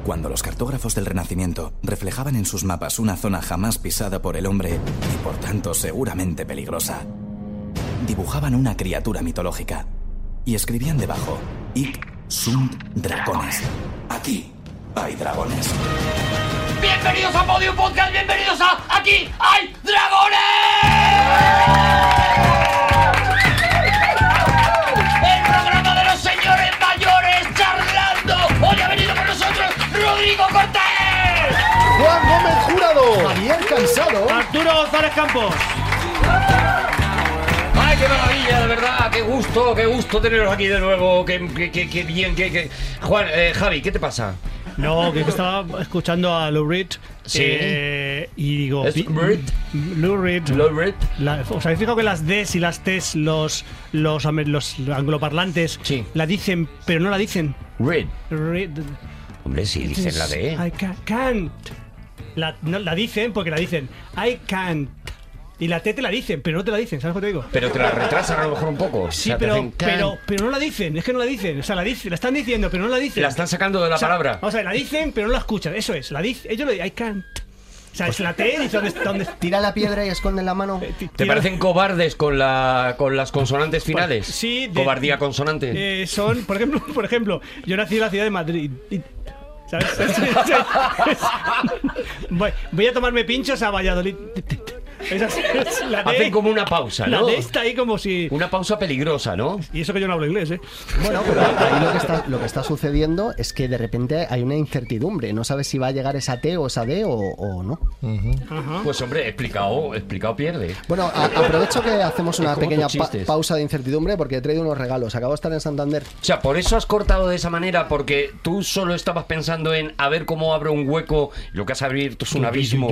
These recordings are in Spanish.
Cuando los cartógrafos del Renacimiento reflejaban en sus mapas una zona jamás pisada por el hombre y por tanto seguramente peligrosa, dibujaban una criatura mitológica y escribían debajo: Hic sunt dragones. Aquí hay dragones. Bienvenidos a Podium Podcast, bienvenidos a Aquí hay dragones. El programa de los señores mayores charlando. Hoy ha venido con nosotros Rodrigo Cortés, Juan Gómez Jurado, Javier Cansado, Arturo González Campos. ¡Ay, qué maravilla, de verdad! ¡Qué gusto teneros aquí de nuevo! ¡Qué bien! Juan, Javi, ¿qué te pasa? No, que estaba escuchando a Lou Reed. Sí. Y digo... ¿Es Reed? Lou Reed. Lou Reed. ¿Os habéis fijado que las Ds y las Ts, los angloparlantes, sí, la dicen, pero no la dicen? Reed. Reed. Hombre, sí, dicen la D. I can't. No, la dicen porque la dicen. I can't. Y la T te la dicen, pero no te la dicen, ¿sabes lo que te digo? Pero te la retrasan a lo mejor un poco. Sí, o sea, pero no la dicen, es que no la dicen. O sea, la están diciendo, pero no la dicen. La están sacando de la palabra. O sea, la dicen, pero no la escuchan, eso es. Ellos lo dicen, I can't. O sea, es la T, dice dónde. Tira la piedra y esconde la mano. ¿Te parecen cobardes con las consonantes finales? Sí. Cobardía consonante. Son, por ejemplo, yo nací en la ciudad de Madrid. ¿Sabes? Voy a tomarme pinchos a Valladolid. Hacen como una pausa, ¿no? La D está ahí como si... Una pausa peligrosa, ¿no? Y eso que yo no hablo inglés, ¿eh? Bueno, pero ahí lo que está sucediendo es que de repente hay una incertidumbre. No sabes si va a llegar esa T o esa D o no. Ajá. Pues hombre, explicado pierde. Bueno, aprovecho que hacemos una como pequeña tus chistes. pausa de incertidumbre porque he traído unos regalos. Acabo de estar en Santander. O sea, por eso has cortado de esa manera, porque tú solo estabas pensando en a ver cómo abro un hueco. Lo que has abierto es un abismo.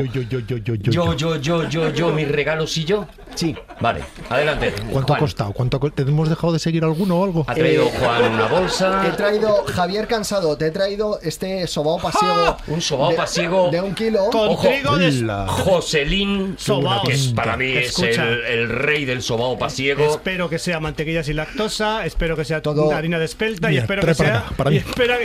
Yo, mis regalos y yo. Sí. Vale, adelante. ¿Cuánto ha costado? ¿Te hemos dejado de seguir alguno o algo? Ha traído Juan una bolsa. He traído, Javier Cansado, te he traído este sobao pasiego. Un sobao pasiego de 1 kilo. Con Ojo, trigo de... Joselín, Sobaos. que para mí Escucha. es el rey del sobao pasiego. Espero que sea mantequilla sin lactosa, espero que sea Todo. harina de espelta. Mira, Y espero trae que para sea acá, para mí.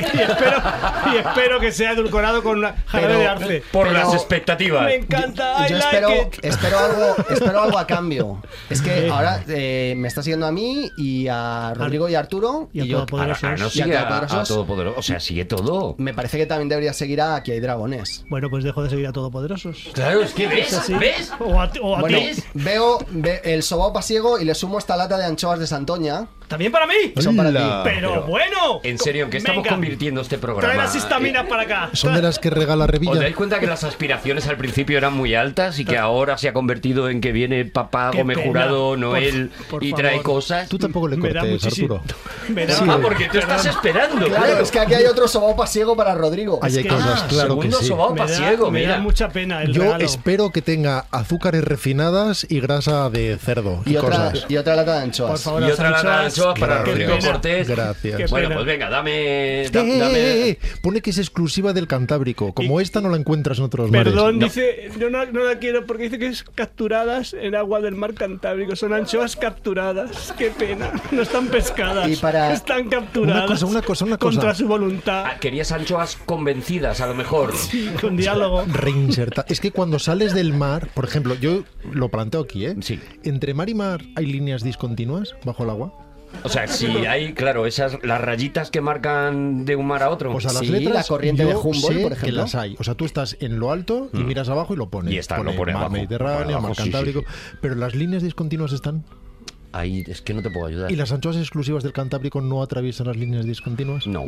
y espero que sea edulcorado con una jarabe Pero- de arce. Por Pero- las expectativas. Me encanta, Yo I like it. espero algo a cambio. Es que ahora me está siguiendo a mí y a Rodrigo y a Arturo. Y a yo Todopoderosos. No Y a sigue a Todopoderosos. Todopoderoso. O sea, sigue todo. Me parece que también debería seguir a Aquí hay dragones. Bueno, pues dejo de seguir a Todopoderosos. Claro, es que ves, Así. ¿ves? O a Bueno, ti. veo el sobao pasiego y le sumo esta lata de anchoas de Santoña. ¿También para mí? Son para ti. ¡Hala! Pero bueno. En serio, ¿en qué estamos Venga, convirtiendo este programa? Trae las histaminas para acá. ¿Son de las que regala ¿Os Revilla? dais cuenta que las aspiraciones al principio eran muy altas y que ahora se ha convertido en que viene papá Qué Gómez pena. Jurado, Noel Por y trae favor. cosas? Tú tampoco le Me da cortes, muchísimo. Arturo. Me da- Ah, porque tú estás esperando, Claro, claro. es que aquí hay otro sobao pasiego para Rodrigo. Ahí hay que- cosas, claro que segundo sí. sobao me da- pasiego, me da mira. mucha pena el Yo regalo. espero que tenga azúcares refinadas y grasa de cerdo y, Y otra cosas. lata de Por anchoas. favor, Y las otra lata de anchoas. anchoas para Qué Rodrigo pena. Cortés. Gracias. Qué Bueno, pena. pues venga, dame... Pone que es exclusiva del Cantábrico. Como esta no la encuentras en otros mares. Perdón, No. dice, yo no la quiero porque dice que es capturadas en agua del mar Cantábrico. Son anchoas capturadas. Qué pena. No están pescadas. Y para- Están capturadas. Una cosa. Contra su voluntad. Ah, querías anchoas convencidas, a lo mejor. Con diálogo. Reinserta. Es que cuando sales del mar, por ejemplo, yo lo planteo aquí, ¿eh? Sí. Entre mar y mar hay líneas discontinuas bajo el agua. O sea, si hay, claro, las rayitas que marcan de un mar a otro. O sea, las Sí, letras la corriente yo de Humboldt, sé por que ejemplo. las hay. O sea, tú estás en lo alto y miras abajo y lo pones. Y está, lo pone mar abajo. Mediterráneo, Pone abajo, mar sí, Cantábrico. sí. Pero las líneas discontinuas están. Ahí es que no te puedo ayudar. ¿Y las anchoas exclusivas del Cantábrico no atraviesan las líneas discontinuas? No.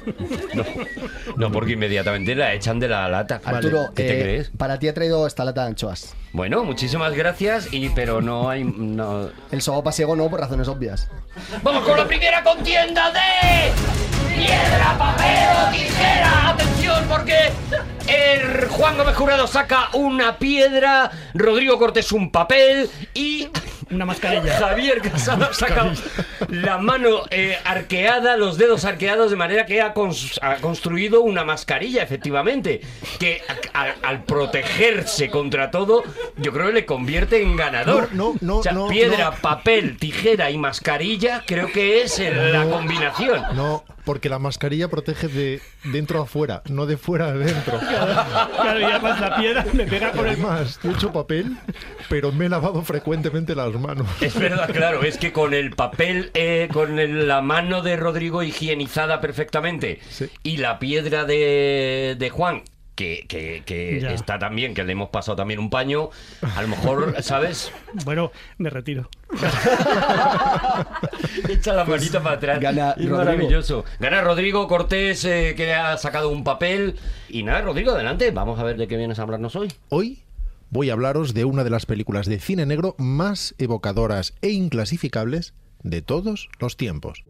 No, porque inmediatamente la echan de la lata. Arturo, ¿Qué te crees? para ti he traído esta lata de anchoas. Bueno, muchísimas gracias, pero no hay... No. El sobao pasiego no, por razones obvias. ¡Vamos con la primera contienda de... piedra, papel o tijera! ¡Atención, porque el Juan Gómez Jurado saca una piedra, Rodrigo Cortés un papel y... Una mascarilla. Javier Casado saca la mano arqueada, los dedos arqueados, de manera que ha construido una mascarilla, efectivamente, que al protegerse contra todo, yo creo que le convierte en ganador. No, O sea, piedra, papel, tijera y mascarilla, creo que es la combinación. No. Porque la mascarilla protege de dentro a fuera, no de fuera a dentro. Claro, y además la piedra me pega con el... Además, yo he hecho papel, pero me he lavado frecuentemente las manos. Es verdad, claro, es que con el papel, la mano de Rodrigo higienizada perfectamente, Sí. y la piedra de Juan, que Ya. está también, que le hemos pasado también un paño, a lo mejor, ¿sabes? Bueno, me retiro. Echa la manita para atrás. gana Es Rodrigo. maravilloso. Gana Rodrigo Cortés, que ha sacado un papel. Y nada, Rodrigo, adelante. Vamos a ver de qué vienes a hablarnos hoy. Hoy voy a hablaros de una de las películas de cine negro más evocadoras e inclasificables de todos los tiempos.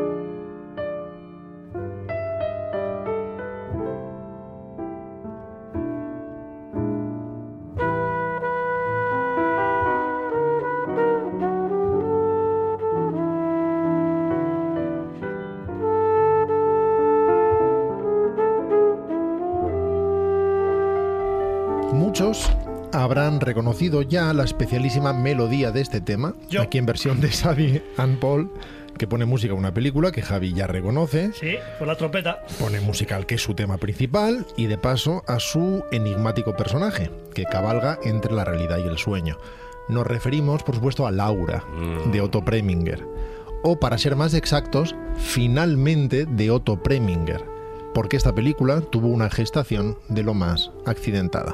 Muchos habrán reconocido ya la especialísima melodía de este tema, Yo. aquí en versión de Xavi and Paul, que pone música a una película que Javi ya reconoce, Sí, por la trompeta. pone música al que es su tema principal y de paso a su enigmático personaje, que cabalga entre la realidad y el sueño. Nos referimos, por supuesto, a Laura, de Otto Preminger, o para ser más exactos, Finalmente, de Otto Preminger, porque esta película tuvo una gestación de lo más accidentada.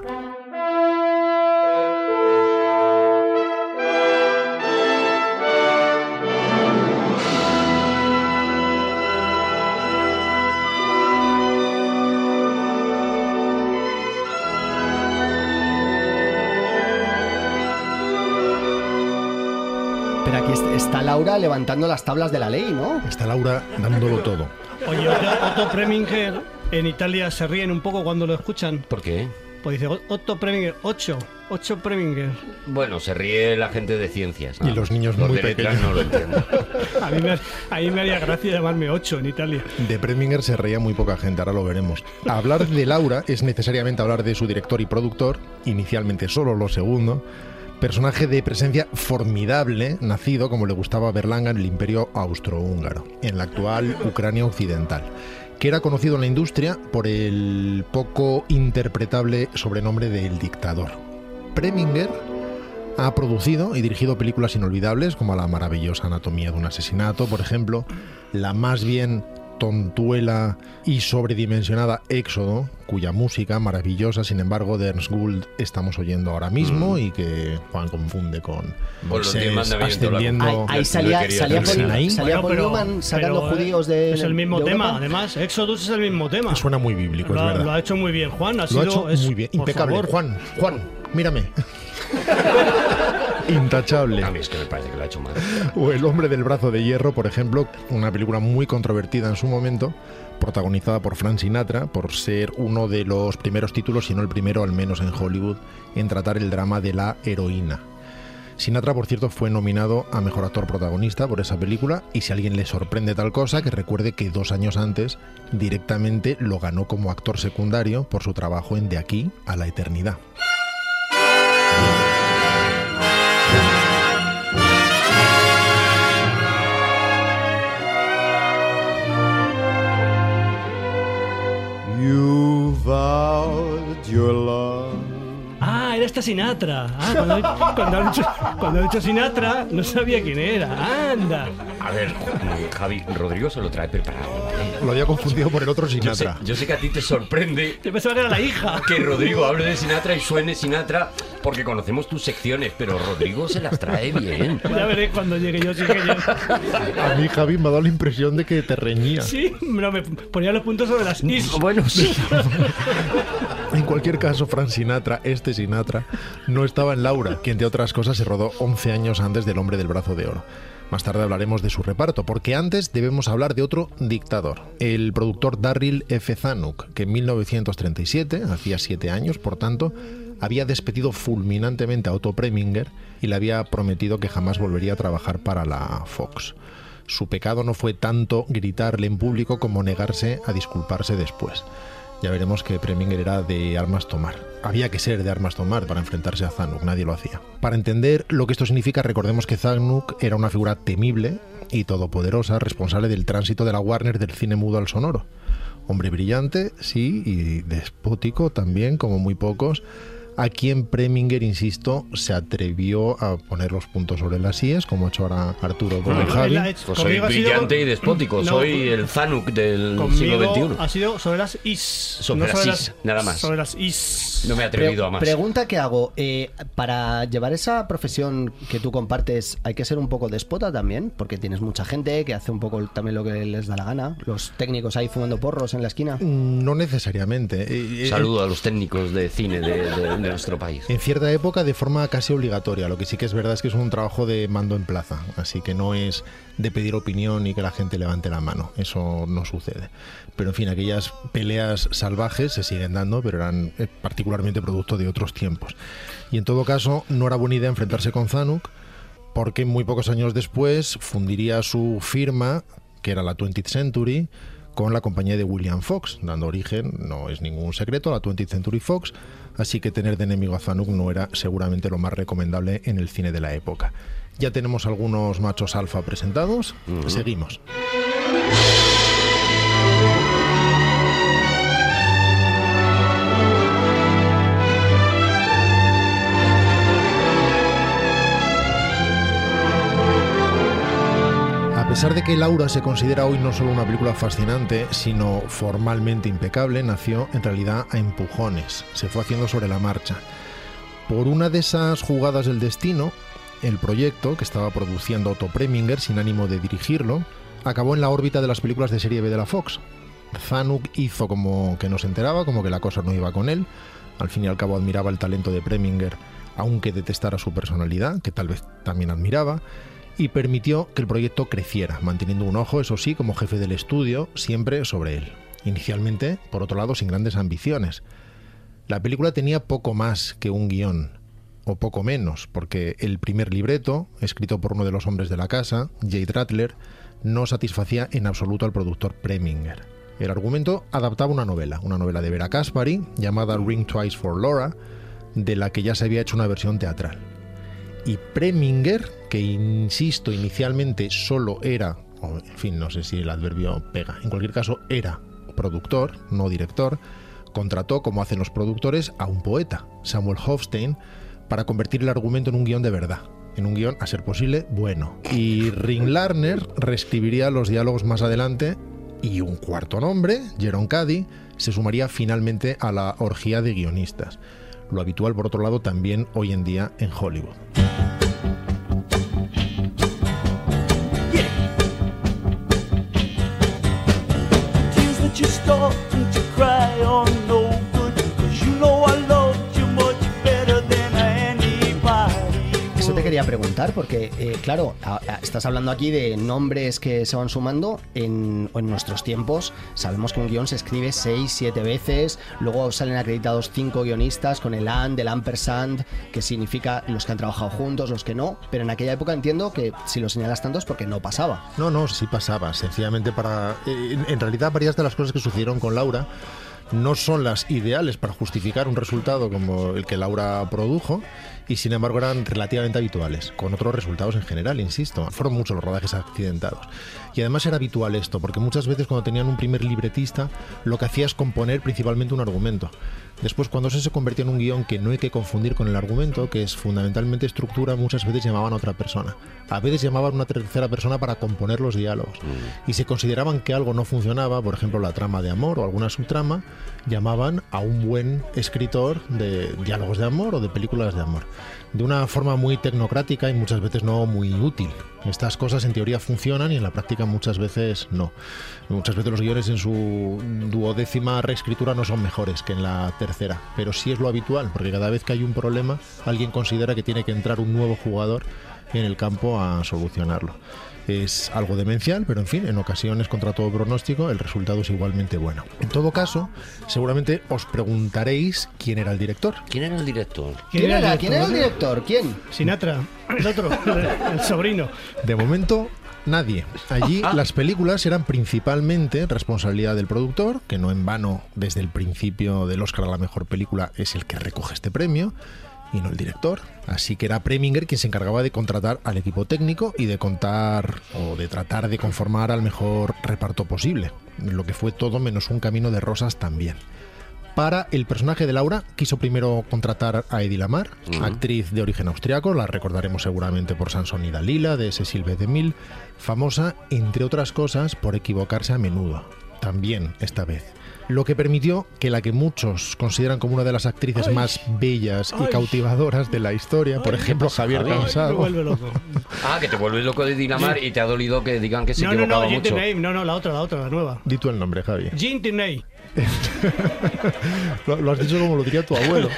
Pero aquí está Laura levantando las tablas de la ley, ¿no? Está Laura dándolo todo. Oye, Otto Preminger en Italia se ríen un poco cuando lo escuchan. ¿Por qué? Pues dice Otto Preminger, 8 Preminger. Bueno, se ríe la gente de ciencias. Y los niños muy de letras pequeños. no lo entienden. A mí me haría gracia llamarme 8 en Italia. De Preminger se reía muy poca gente, ahora lo veremos. Hablar de Laura es necesariamente hablar de su director y productor, inicialmente solo lo segundo, personaje de presencia formidable, nacido, como le gustaba a Berlanga, en el Imperio Austrohúngaro, en la actual Ucrania occidental, que era conocido en la industria por el poco interpretable sobrenombre de El Dictador. Preminger ha producido y dirigido películas inolvidables como La maravillosa anatomía de un asesinato, por ejemplo, la más bien tontuela y sobredimensionada Éxodo, cuya música maravillosa, sin embargo, de Ernst Gould estamos oyendo ahora mismo y que Juan confunde con Con los Moisés 10 mandamientos, ascendiendo. Ahí Yo salía quería Paul, decir Sinaí. salía Bueno, Paul pero- Newman sacando pero, judíos de Es el mismo de tema, Europa. además. Exodus es el mismo tema. Suena muy bíblico, es Lo verdad. ha hecho muy bien, Juan. Lo ha hecho muy bien, por impecable. favor. Juan, mírame. Intachable. A mí es que me parece que lo ha hecho mal. O El hombre del brazo de hierro, por ejemplo, una película muy controvertida en su momento, protagonizada por Frank Sinatra, por ser uno de los primeros títulos, si no el primero al menos en Hollywood, en tratar el drama de la heroína. Sinatra, por cierto, fue nominado a Mejor Actor Protagonista por esa película, y si a alguien le sorprende tal cosa, que recuerde que 2 años antes directamente lo ganó como actor secundario por su trabajo en De aquí a la eternidad. You vowed your love. Ah, era esta Sinatra. Cuando ha dicho Sinatra, no sabía quién era. Anda. A ver, Javi, Rodrigo se lo trae preparado, ¿vale? Lo había confundido por el otro Sinatra. Yo sé que a ti te sorprende Yo pensaba que era la hija. que Rodrigo hable de Sinatra y suene Sinatra porque conocemos tus secciones, pero Rodrigo se las trae bien. Ya veré cuando llegue yo. Sí, que yo. A mí, Javi, me ha dado la impresión de que te reñía. Sí, no, me ponía los puntos sobre las is. Bueno, sí. En cualquier caso, Frank Sinatra, este Sinatra, no estaba en Laura, que entre otras cosas se rodó 11 años antes del Hombre del Brazo de Oro. Más tarde hablaremos de su reparto, porque antes debemos hablar de otro dictador, el productor Darryl F. Zanuck, que en 1937, hacía 7 años, por tanto, había despedido fulminantemente a Otto Preminger y le había prometido que jamás volvería a trabajar para la Fox. Su pecado no fue tanto gritarle en público como negarse a disculparse después. Ya veremos que Preminger era de armas tomar. Había que ser de armas tomar para enfrentarse a Zanuck, nadie lo hacía. Para entender lo que esto significa, recordemos que Zanuck era una figura temible, y todopoderosa, responsable del tránsito de la Warner del cine mudo al sonoro. Hombre brillante, sí, y despótico también, como muy pocos, a quien Preminger, insisto, se atrevió a poner los puntos sobre las íes, como ha hecho ahora Arturo con el Javi. Pues soy brillante y despótico, soy el Zanuck del siglo XXI. Ha sido sobre las is. Sobre las is, nada más. Sobre las is. No me he atrevido a más. Pregunta que hago, para llevar esa profesión que tú compartes, ¿hay que ser un poco déspota también? Porque tienes mucha gente que hace un poco también lo que les da la gana. Los técnicos ahí fumando porros en la esquina. No necesariamente. Saludo a los técnicos de cine de nuestro país. En cierta época de forma casi obligatoria. Lo que sí que es verdad es que es un trabajo de mando en plaza, así que no es de pedir opinión y que la gente levante la mano. Eso no sucede. Pero en fin, aquellas peleas salvajes se siguen dando, pero eran particularmente producto de otros tiempos. Y en todo caso, no era buena idea enfrentarse con Zanuck, porque muy pocos años después fundiría su firma, que era la 20th Century, con la compañía de William Fox, dando origen, no es ningún secreto, a la 20th Century Fox, así que tener de enemigo a Zanuck no era seguramente lo más recomendable en el cine de la época. Ya tenemos algunos machos alfa presentados, seguimos. A pesar de que Laura se considera hoy no solo una película fascinante, sino formalmente impecable, nació en realidad a empujones, se fue haciendo sobre la marcha. Por una de esas jugadas del destino, el proyecto, que estaba produciendo Otto Preminger sin ánimo de dirigirlo, acabó en la órbita de las películas de serie B de la Fox. Zanuck hizo como que no se enteraba, como que la cosa no iba con él. Al fin y al cabo admiraba el talento de Preminger, aunque detestara su personalidad, que tal vez también admiraba, y permitió que el proyecto creciera, manteniendo un ojo, eso sí, como jefe del estudio, siempre sobre él. Inicialmente, por otro lado, sin grandes ambiciones. La película tenía poco más que un guión, o poco menos, porque el primer libreto, escrito por uno de los hombres de la casa, Jade Rattler, no satisfacía en absoluto al productor Preminger. El argumento adaptaba una novela de Vera Caspary, llamada Ring Twice for Laura, de la que ya se había hecho una versión teatral. Y Preminger, que insisto, inicialmente solo era, o en fin, no sé si el adverbio pega, en cualquier caso era productor, no director, contrató, como hacen los productores, a un poeta, Samuel Hofstein, para convertir el argumento en un guión de verdad, en un guión, a ser posible, bueno. Y Ring Lardner reescribiría los diálogos más adelante y un cuarto nombre, Jerome Cady, se sumaría finalmente a la orgía de guionistas. Lo habitual, por otro lado, también hoy en día en Hollywood. Eso te quería preguntar, porque claro, estás hablando aquí de nombres que se van sumando. En nuestros tiempos sabemos que un guión se escribe 6, 7 veces, luego salen acreditados 5 guionistas con el and, el ampersand, que significa los que han trabajado juntos, los que no, pero en aquella época entiendo que si lo señalas tanto es porque no pasaba. No, sí pasaba, sencillamente en realidad varias de las cosas que sucedieron con Laura no son las ideales para justificar un resultado como el que Laura produjo, y sin embargo eran relativamente habituales, con otros resultados en general, insisto. Fueron muchos los rodajes accidentados. Y además era habitual esto, porque muchas veces cuando tenían un primer libretista, lo que hacía es componer principalmente un argumento. Después, cuando eso se convertía en un guión que no hay que confundir con el argumento, que es fundamentalmente estructura, muchas veces llamaban a otra persona. A veces llamaban a una tercera persona para componer los diálogos. Y si consideraban que algo no funcionaba, por ejemplo la trama de amor o alguna subtrama, llamaban a un buen escritor de diálogos de amor o de películas de amor. De una forma muy tecnocrática y muchas veces no muy útil. Estas cosas en teoría funcionan y en la práctica muchas veces no. Muchas veces los guiones en su 12ª reescritura no son mejores que en la tercera, pero sí es lo habitual, porque cada vez que hay un problema, alguien considera que tiene que entrar un nuevo jugador en el campo a solucionarlo. Es algo demencial, pero en fin, en ocasiones, contra todo pronóstico, el resultado es igualmente bueno. En todo caso, seguramente os preguntaréis quién era el director. ¿Quién era el director? ¿Quién era el director? ¿Quién? Sinatra, el otro, el sobrino. De momento, nadie. Allí las películas eran principalmente responsabilidad del productor, que no en vano desde el principio del Oscar a la mejor película es el que recoge este premio, y no el director. Así que era Preminger quien se encargaba de contratar al equipo técnico y de contar o de tratar de conformar al mejor reparto posible, lo que fue todo menos un camino de rosas también. Para el personaje de Laura quiso primero contratar a Hedy Lamarr, actriz de origen austriaco, la recordaremos seguramente por Sansón y Dalila, de Cecil B. DeMille, famosa, entre otras cosas, por equivocarse a menudo. También esta vez. Lo que permitió que la que muchos consideran como una de las actrices más bellas y cautivadoras de la historia, por ejemplo Javier Cansado. Me vuelve loco. Ah, que te vuelves loco de Hedy Lamarr y te ha dolido que digan que se No, equivocaba Jean mucho. Tierney, no, la otra, la nueva. Di tú el nombre, Javi. Jean Tierney. Lo has dicho como lo diría tu abuelo.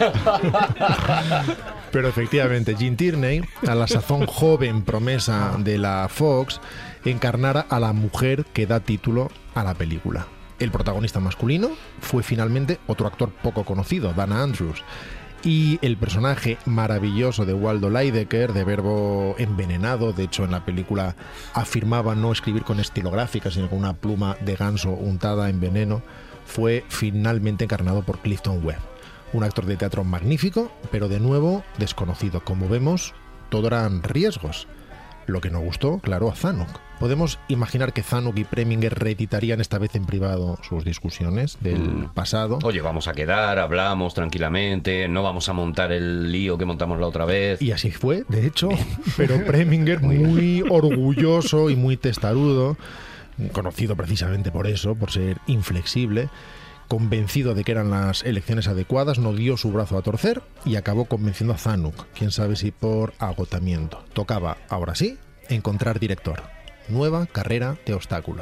Pero efectivamente, Jean Tierney, a la sazón joven promesa de la Fox, encarnara a la mujer que da título a la película. El protagonista masculino fue finalmente otro actor poco conocido, Dana Andrews. Y el personaje maravilloso de Waldo Lydecker, de verbo envenenado, de hecho en la película afirmaba no escribir con estilográfica, sino con una pluma de ganso untada en veneno, fue finalmente encarnado por Clifton Webb. Un actor de teatro magnífico, pero de nuevo desconocido. Como vemos, todo eran riesgos. Lo que no gustó, claro, a Zanuck. Podemos imaginar que Zanuck y Preminger reeditarían esta vez en privado sus discusiones del pasado. Oye, vamos a quedar, hablamos tranquilamente, no vamos a montar el lío que montamos la otra vez. Y así fue, de hecho. Pero Preminger, muy orgulloso y muy testarudo, conocido precisamente por eso, por ser inflexible, convencido de que eran las elecciones adecuadas, no dio su brazo a torcer y acabó convenciendo a Zanuck, quién sabe si por agotamiento. Tocaba, ahora sí, encontrar director. Nueva carrera de obstáculos.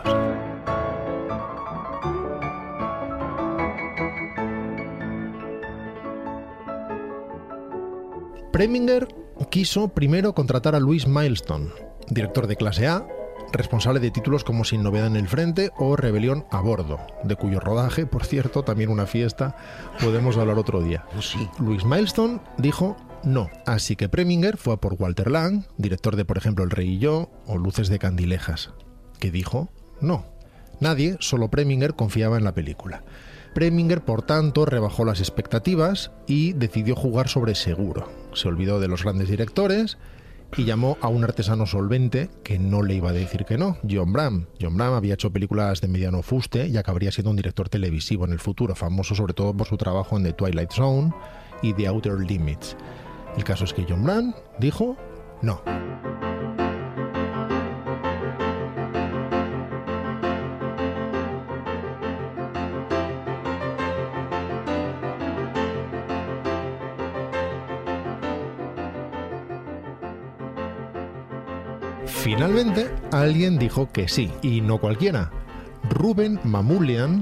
Preminger quiso primero contratar a Louis Milestone, director de clase A, responsable de títulos como Sin novedad en el frente o Rebelión a bordo, de cuyo rodaje, por cierto, también una fiesta, podemos hablar otro día. Sí. Louis Milestone dijo no, así que Preminger fue a por Walter Lang, director de, por ejemplo, El Rey y yo o Luces de Candilejas, que dijo no. Nadie, solo Preminger, confiaba en la película. Preminger, por tanto, rebajó las expectativas y decidió jugar sobre seguro. Se olvidó de los grandes directores y llamó a un artesano solvente que no le iba a decir que no, John Bram. John Bram había hecho películas de mediano fuste y acabaría siendo un director televisivo en el futuro, famoso sobre todo por su trabajo en The Twilight Zone y The Outer Limits. El caso es que John Bram dijo no. Finalmente, alguien dijo que sí, y no cualquiera. Ruben Mamoulian,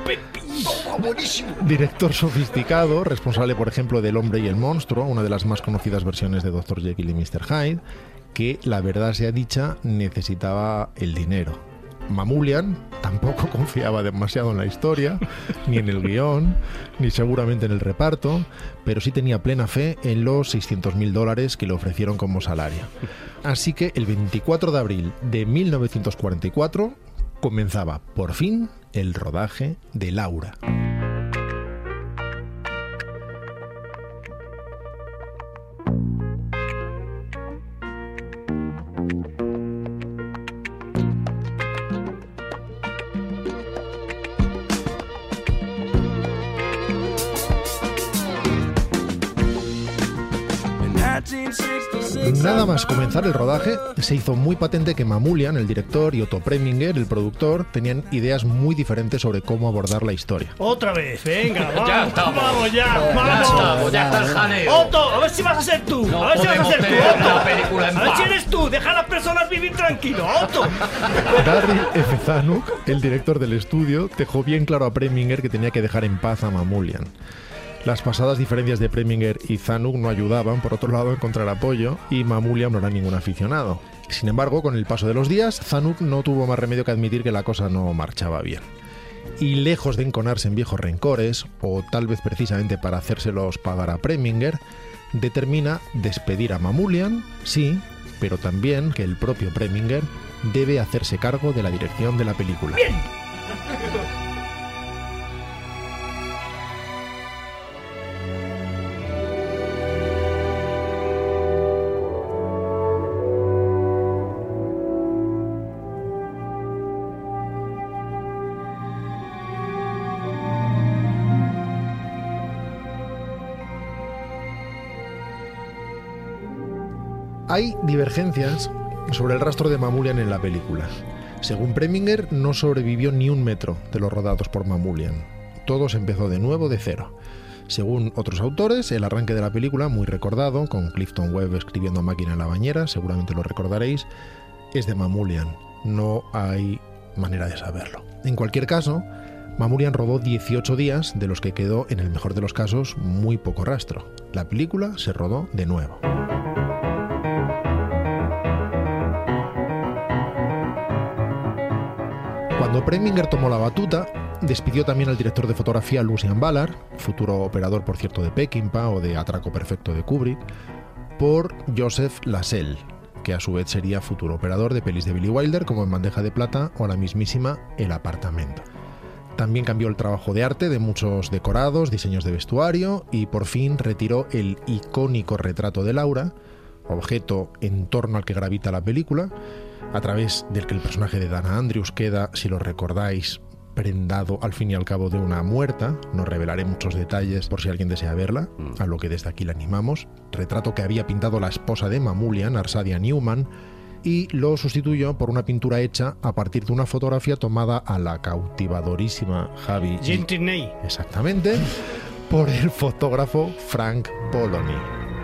director sofisticado, responsable, por ejemplo, del Hombre y el Monstruo, una de las más conocidas versiones de Dr. Jekyll y Mr. Hyde, que, la verdad sea dicha, necesitaba el dinero. Mamoulian tampoco confiaba demasiado en la historia, ni en el guión, ni seguramente en el reparto, pero sí tenía plena fe en los $600.000 que le ofrecieron como salario. Así que el 24 de abril de 1944 comenzaba, por fin, el rodaje de Laura. Nada más comenzar el rodaje, se hizo muy patente que Mamoulian, el director, y Otto Preminger, el productor, tenían ideas muy diferentes sobre cómo abordar la historia. Otra vez, venga, vamos, Ya estamos. vamos ya, Ya vamos. estamos, ya está el jaleo. Otto, a ver si vas a ser tú, No a ver si vas a podemos ser tú, tener Otto. la película en A ver paz. si eres tú, deja a las personas vivir tranquilo, Otto. Darryl F. Zanuck, el director del estudio, dejó bien claro a Preminger que tenía que dejar en paz a Mamoulian. Las pasadas diferencias de Preminger y Zanuck no ayudaban, por otro lado, a encontrar apoyo, y Mamoulian no era ningún aficionado. Sin embargo, con el paso de los días, Zanuck no tuvo más remedio que admitir que la cosa no marchaba bien. Y lejos de enconarse en viejos rencores, o tal vez precisamente para hacérselos pagar a Preminger, determina despedir a Mamoulian, sí, pero también que el propio Preminger debe hacerse cargo de la dirección de la película. Hay divergencias sobre el rastro de Mamoulian en la película. Según Preminger, no sobrevivió ni un metro de los rodados por Mamoulian. Todo se empezó de nuevo de cero. Según otros autores, el arranque de la película, muy recordado, con Clifton Webb escribiendo a máquina en la bañera, seguramente lo recordaréis, es de Mamoulian. No hay manera de saberlo. En cualquier caso, Mamoulian rodó 18 días, de los que quedó, en el mejor de los casos, muy poco rastro. La película se rodó de nuevo. Cuando Preminger tomó la batuta, despidió también al director de fotografía Lucian Ballard, futuro operador, por cierto, de Peckinpah o de Atraco Perfecto de Kubrick, por Joseph Lascelles, que a su vez sería futuro operador de pelis de Billy Wilder como En bandeja de plata o la mismísima El apartamento. También cambió el trabajo de arte de muchos decorados, diseños de vestuario y por fin retiró el icónico retrato de Laura, objeto en torno al que gravita la película, a través del que el personaje de Dana Andrews queda, si lo recordáis, prendado al fin y al cabo de una muerta. No revelaré muchos detalles por si alguien desea verla, a lo que desde aquí la animamos. Retrato que había pintado la esposa de Mamoulian, Arsadia Newman, y lo sustituyó por una pintura hecha a partir de una fotografía tomada a la cautivadorísima Javi. Gentilney. Exactamente, por el fotógrafo Frank Polony.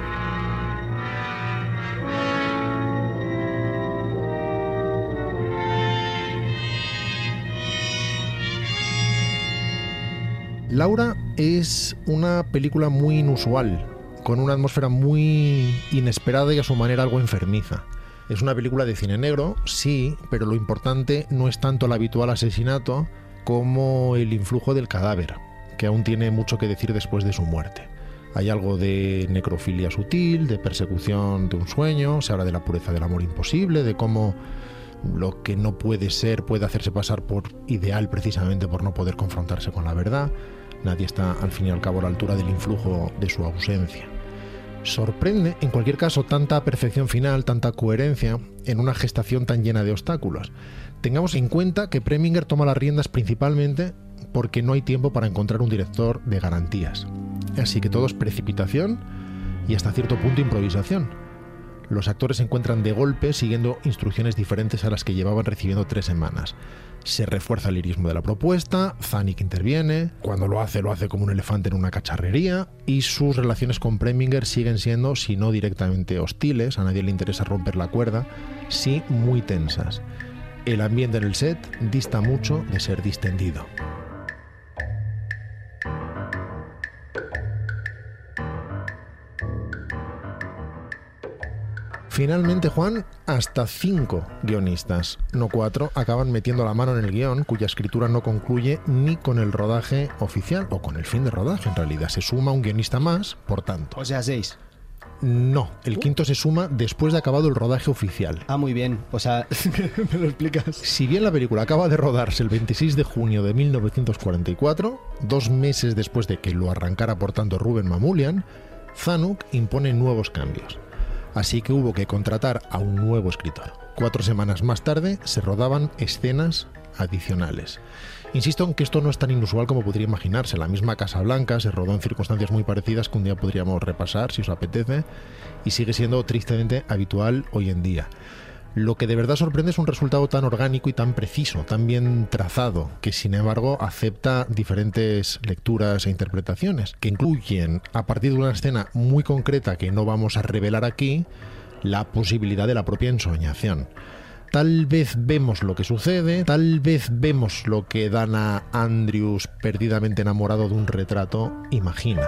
Laura es una película muy inusual, con una atmósfera muy inesperada y a su manera algo enfermiza. Es una película de cine negro, sí, pero lo importante no es tanto el habitual asesinato como el influjo del cadáver, que aún tiene mucho que decir después de su muerte. Hay algo de necrofilia sutil, de persecución de un sueño, se habla de la pureza del amor imposible, de cómo lo que no puede ser puede hacerse pasar por ideal precisamente por no poder confrontarse con la verdad. Nadie está, al fin y al cabo, a la altura del influjo de su ausencia. Sorprende, en cualquier caso, tanta perfección final, tanta coherencia en una gestación tan llena de obstáculos. Tengamos en cuenta que Preminger toma las riendas principalmente porque no hay tiempo para encontrar un director de garantías. Así que todo es precipitación y hasta cierto punto improvisación. Los actores se encuentran de golpe siguiendo instrucciones diferentes a las que llevaban recibiendo 3 semanas. Se refuerza el lirismo de la propuesta, Zanuck interviene, cuando lo hace como un elefante en una cacharrería, y sus relaciones con Preminger siguen siendo, si no directamente hostiles, a nadie le interesa romper la cuerda, sí muy tensas. El ambiente en el set dista mucho de ser distendido. Finalmente, Juan, hasta 5 guionistas, no 4, acaban metiendo la mano en el guión, cuya escritura no concluye ni con el rodaje oficial, o con el fin de rodaje en realidad. Se suma un guionista más, por tanto. O sea, 6. No, el quinto se suma después de acabado el rodaje oficial. Ah, muy bien. O sea, ¿me lo explicas? Si bien la película acaba de rodarse el 26 de junio de 1944, 2 meses después de que lo arrancara por tanto Ruben Mamoulian, Zanuck impone nuevos cambios. Así que hubo que contratar a un nuevo escritor. 4 semanas más tarde se rodaban escenas adicionales. Insisto en que esto no es tan inusual como podría imaginarse. La misma Casa Blanca se rodó en circunstancias muy parecidas que un día podríamos repasar si os apetece, y sigue siendo tristemente habitual hoy en día. Lo que de verdad sorprende es un resultado tan orgánico y tan preciso, tan bien trazado, que sin embargo acepta diferentes lecturas e interpretaciones, que incluyen, a partir de una escena muy concreta que no vamos a revelar aquí, la posibilidad de la propia ensoñación. Tal vez vemos lo que sucede, tal vez vemos lo que Dana Andrews, perdidamente enamorado de un retrato, imagina.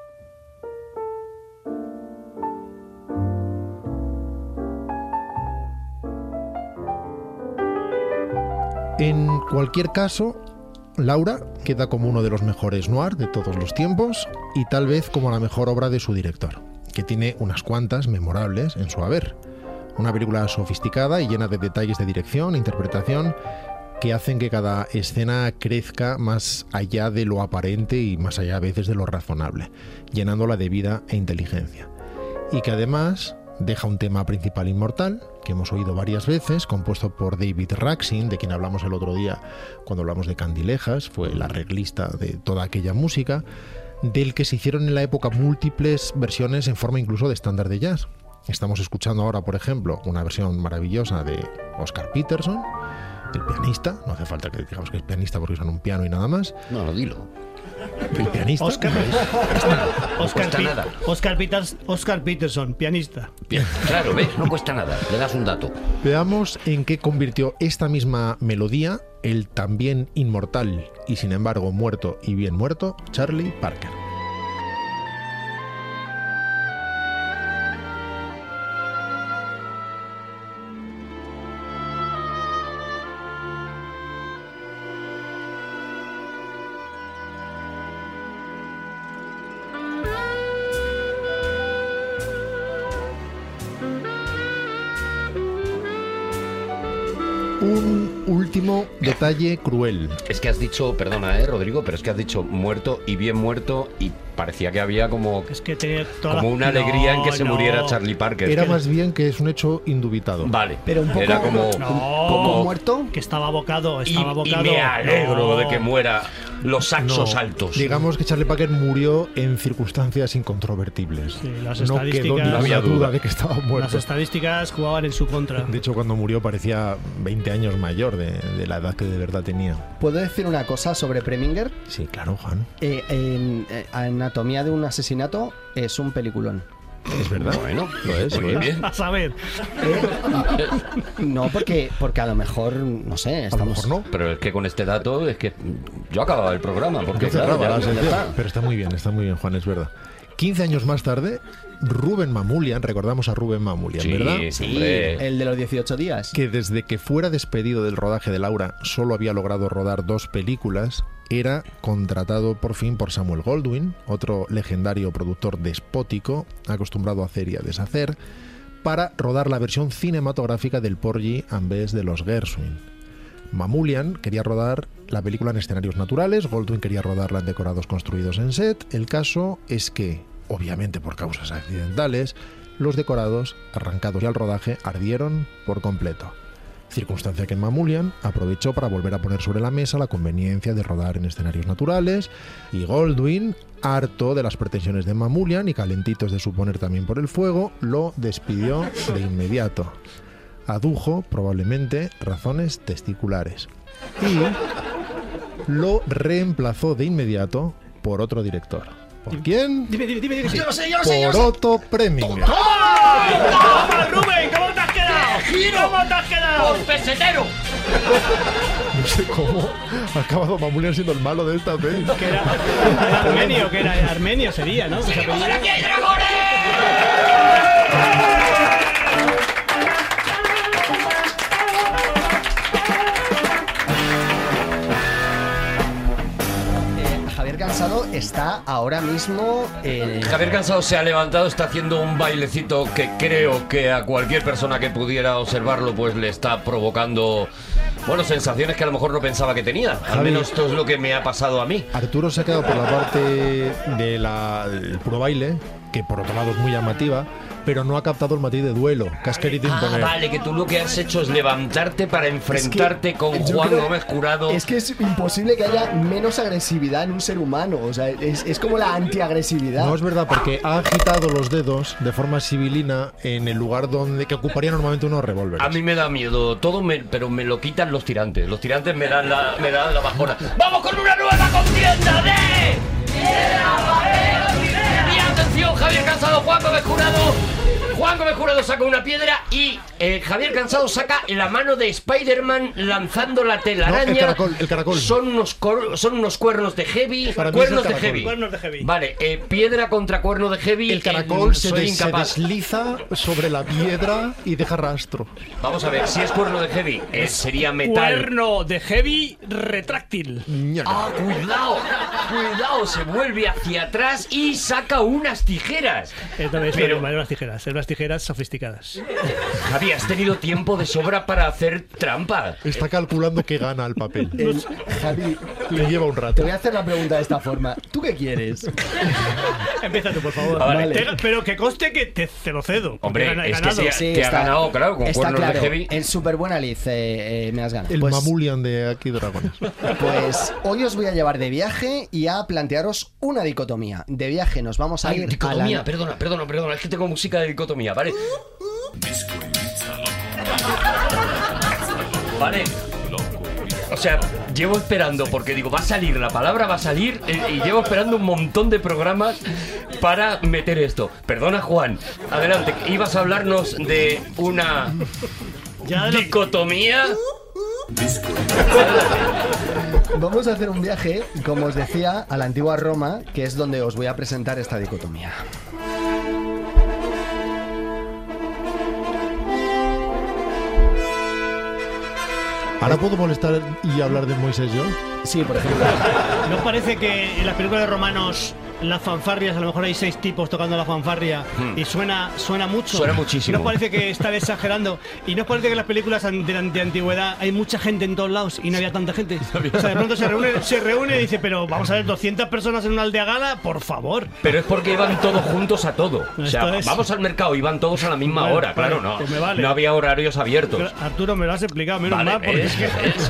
En cualquier caso, Laura queda como uno de los mejores noir de todos los tiempos y tal vez como la mejor obra de su director, que tiene unas cuantas memorables en su haber. Una película sofisticada y llena de detalles de dirección e interpretación que hacen que cada escena crezca más allá de lo aparente y más allá a veces de lo razonable, llenándola de vida e inteligencia. Y que además deja un tema principal inmortal, que hemos oído varias veces, compuesto por David Raksin, de quien hablamos el otro día cuando hablamos de Candilejas, fue el arreglista de toda aquella música, del que se hicieron en la época múltiples versiones en forma incluso de estándar de jazz. Estamos escuchando ahora, por ejemplo, una versión maravillosa de Oscar Peterson, el pianista. No hace falta que digamos que es pianista porque usan un piano y nada más. No, dilo. El pianista. Oscar Peterson, pianista. Bien, claro, ¿ves? No cuesta nada. Le das un dato. Veamos en qué convirtió esta misma melodía el también inmortal y sin embargo muerto y bien muerto Charlie Parker. Un último detalle cruel. Es que has dicho, perdona, Rodrigo, pero es que has dicho muerto y bien muerto y parecía que había como, Es que tenía toda como una alegría en que se no. muriera Charlie Parker. Era más bien que es un hecho indubitado. Vale, Pero un poco- era como, No. como ¿Muerto? Que estaba abocado, y, estaba y abocado. me alegro No. de que muera los saxos altos. Digamos que Charlie Parker murió en circunstancias incontrovertibles. Sí, las no quedó estadísticas- ninguna No había duda duda de que estaba Las muerto. estadísticas jugaban en su contra. De hecho, cuando murió parecía 20 años mayor de la edad que de verdad tenía. ¿Puedo decir una cosa sobre Preminger? Sí, claro, Juan. Anatomía de un asesinato es un peliculón. Es verdad. Bueno, Lo es, muy lo es. bien. A saber, No, porque a lo mejor, no sé, A lo estamos... mejor no. Pero es que con este dato es que yo acababa el programa. Porque Yo cerraba claro, la ya sección. está. Pero está muy bien, Juan, es verdad. 15 años más tarde, Ruben Mamoulian, recordamos a Ruben Mamoulian, Sí, ¿verdad? sí, hombre. El de los 18 días. Que desde que fuera despedido del rodaje de Laura solo había logrado rodar 2 películas, era contratado por fin por Samuel Goldwyn, otro legendario productor despótico, acostumbrado a hacer y a deshacer, para rodar la versión cinematográfica del Porgy and Bess de los Gershwin. Mamoulian quería rodar la película en escenarios naturales, Goldwyn quería rodarla en decorados construidos en set. El caso es que, obviamente por causas accidentales, los decorados, arrancados ya al rodaje, ardieron por completo. Circunstancia que Mamoulian aprovechó para volver a poner sobre la mesa la conveniencia de rodar en escenarios naturales, y Goldwyn, harto de las pretensiones de Mamoulian y calentitos de suponer también por el fuego, lo despidió de inmediato. Adujo probablemente razones testiculares y lo reemplazó de inmediato por otro director. ¿Por quién? dime. Yo lo sé, Por Otto Preminger. ¡Toma, Rubén! ¿Cómo te has quedado? ¿Cómo te has quedado? ¡Pesetero! No sé cómo ha acabado Mamoulian siendo el malo de esta peli. Que era armenio, que era armenio sería, ¿no? Que se apellida- ¡Aquí hay dragones! Javier Cansado está ahora mismo... Javier Cansado se ha levantado, está haciendo un bailecito que creo que a cualquier persona que pudiera observarlo pues le está provocando, bueno, sensaciones que a lo mejor no pensaba que tenía. Al Javi. menos esto es lo que me ha pasado a mí. Arturo se ha quedado por la parte del puro baile, que por otro lado es muy llamativa, pero no ha captado el matiz de duelo que has querido imponer. Vale, que tú lo que has hecho es levantarte para enfrentarte con yo Juan creo- Gómez Jurado. Es que es imposible que haya menos agresividad en un ser humano. O sea, es como la antiagresividad. No es verdad, porque ha agitado los dedos de forma sibilina en el lugar donde que ocuparía normalmente unos revólveres. A mí me da miedo todo, pero me lo quitan los tirantes. Los tirantes me dan la bajona. ¡Vamos con una nueva contienda de... Y atención, Javier Cansado, Juan Gómez Jurado. Juan Gómez Jurado saca una piedra y Javier Cansado saca la mano de Spider-Man lanzando la telaraña. No, el caracol. Son unos cuernos de Heavy. Para mí es el Cuernos de caracol. Heavy. Cuernos de Heavy. Vale, piedra contra cuerno de Heavy. El caracol se soy incapaz. desliza sobre la piedra y deja rastro. Vamos a ver, si es cuerno de Heavy, sería metal. Cuerno de Heavy retráctil. ¡Ah, cuidado! Se vuelve hacia atrás y saca unas tijeras. Entonces, Pero- pero unas tijeras, unas tijeras sofisticadas. Javi, has tenido tiempo de sobra para hacer trampa. Está calculando que gana el papel. Javi, Le lleva un Te rato. voy a hacer la pregunta de esta forma. ¿Tú qué quieres? Empieza tú, por favor. Vale. Pero que conste que te lo cedo. Hombre, porque he es que ganado. te ha ganado, claro, con está cuernos claro. de heavy. En súper buena lid me has ganado. El Pues- Mamulian de Aquí Dragones. Pues hoy os voy a llevar de viaje y a plantearos una dicotomía. De viaje nos vamos a Ay, ir dicotomía, a la... perdona, es que tengo música de dicotomía, ¿vale? Vale. O sea, llevo esperando, porque digo, va a salir, la palabra va a salir, y llevo esperando un montón de programas para meter esto. Perdona, Juan, adelante, ibas a hablarnos de una Ya de lo- dicotomía. Vamos a hacer un viaje, como os decía, a la antigua Roma, que es donde os voy a presentar esta dicotomía. ¿Ahora puedo molestar y hablar de Moisés yo? Sí, por ejemplo. ¿No os parece que en las películas de romanos las fanfarrias, a lo mejor hay 6 tipos tocando la fanfarria y suena mucho? Suena muchísimo. ¿No os parece que están exagerando? ¿Y no os parece que en las películas de antigüedad hay mucha gente en todos lados y no había tanta gente? O sea, de pronto se reúne y dice, pero vamos a ver, 200 personas en una aldea gala, por favor. Pero es porque iban todos juntos a todo. O sea, Esto es- vamos al mercado, iban todos a la misma Bueno, hora, claro, vale, no. pues me vale. No había horarios abiertos. Pero, Arturo, me lo has explicado, menos Vale, mal, porque es que...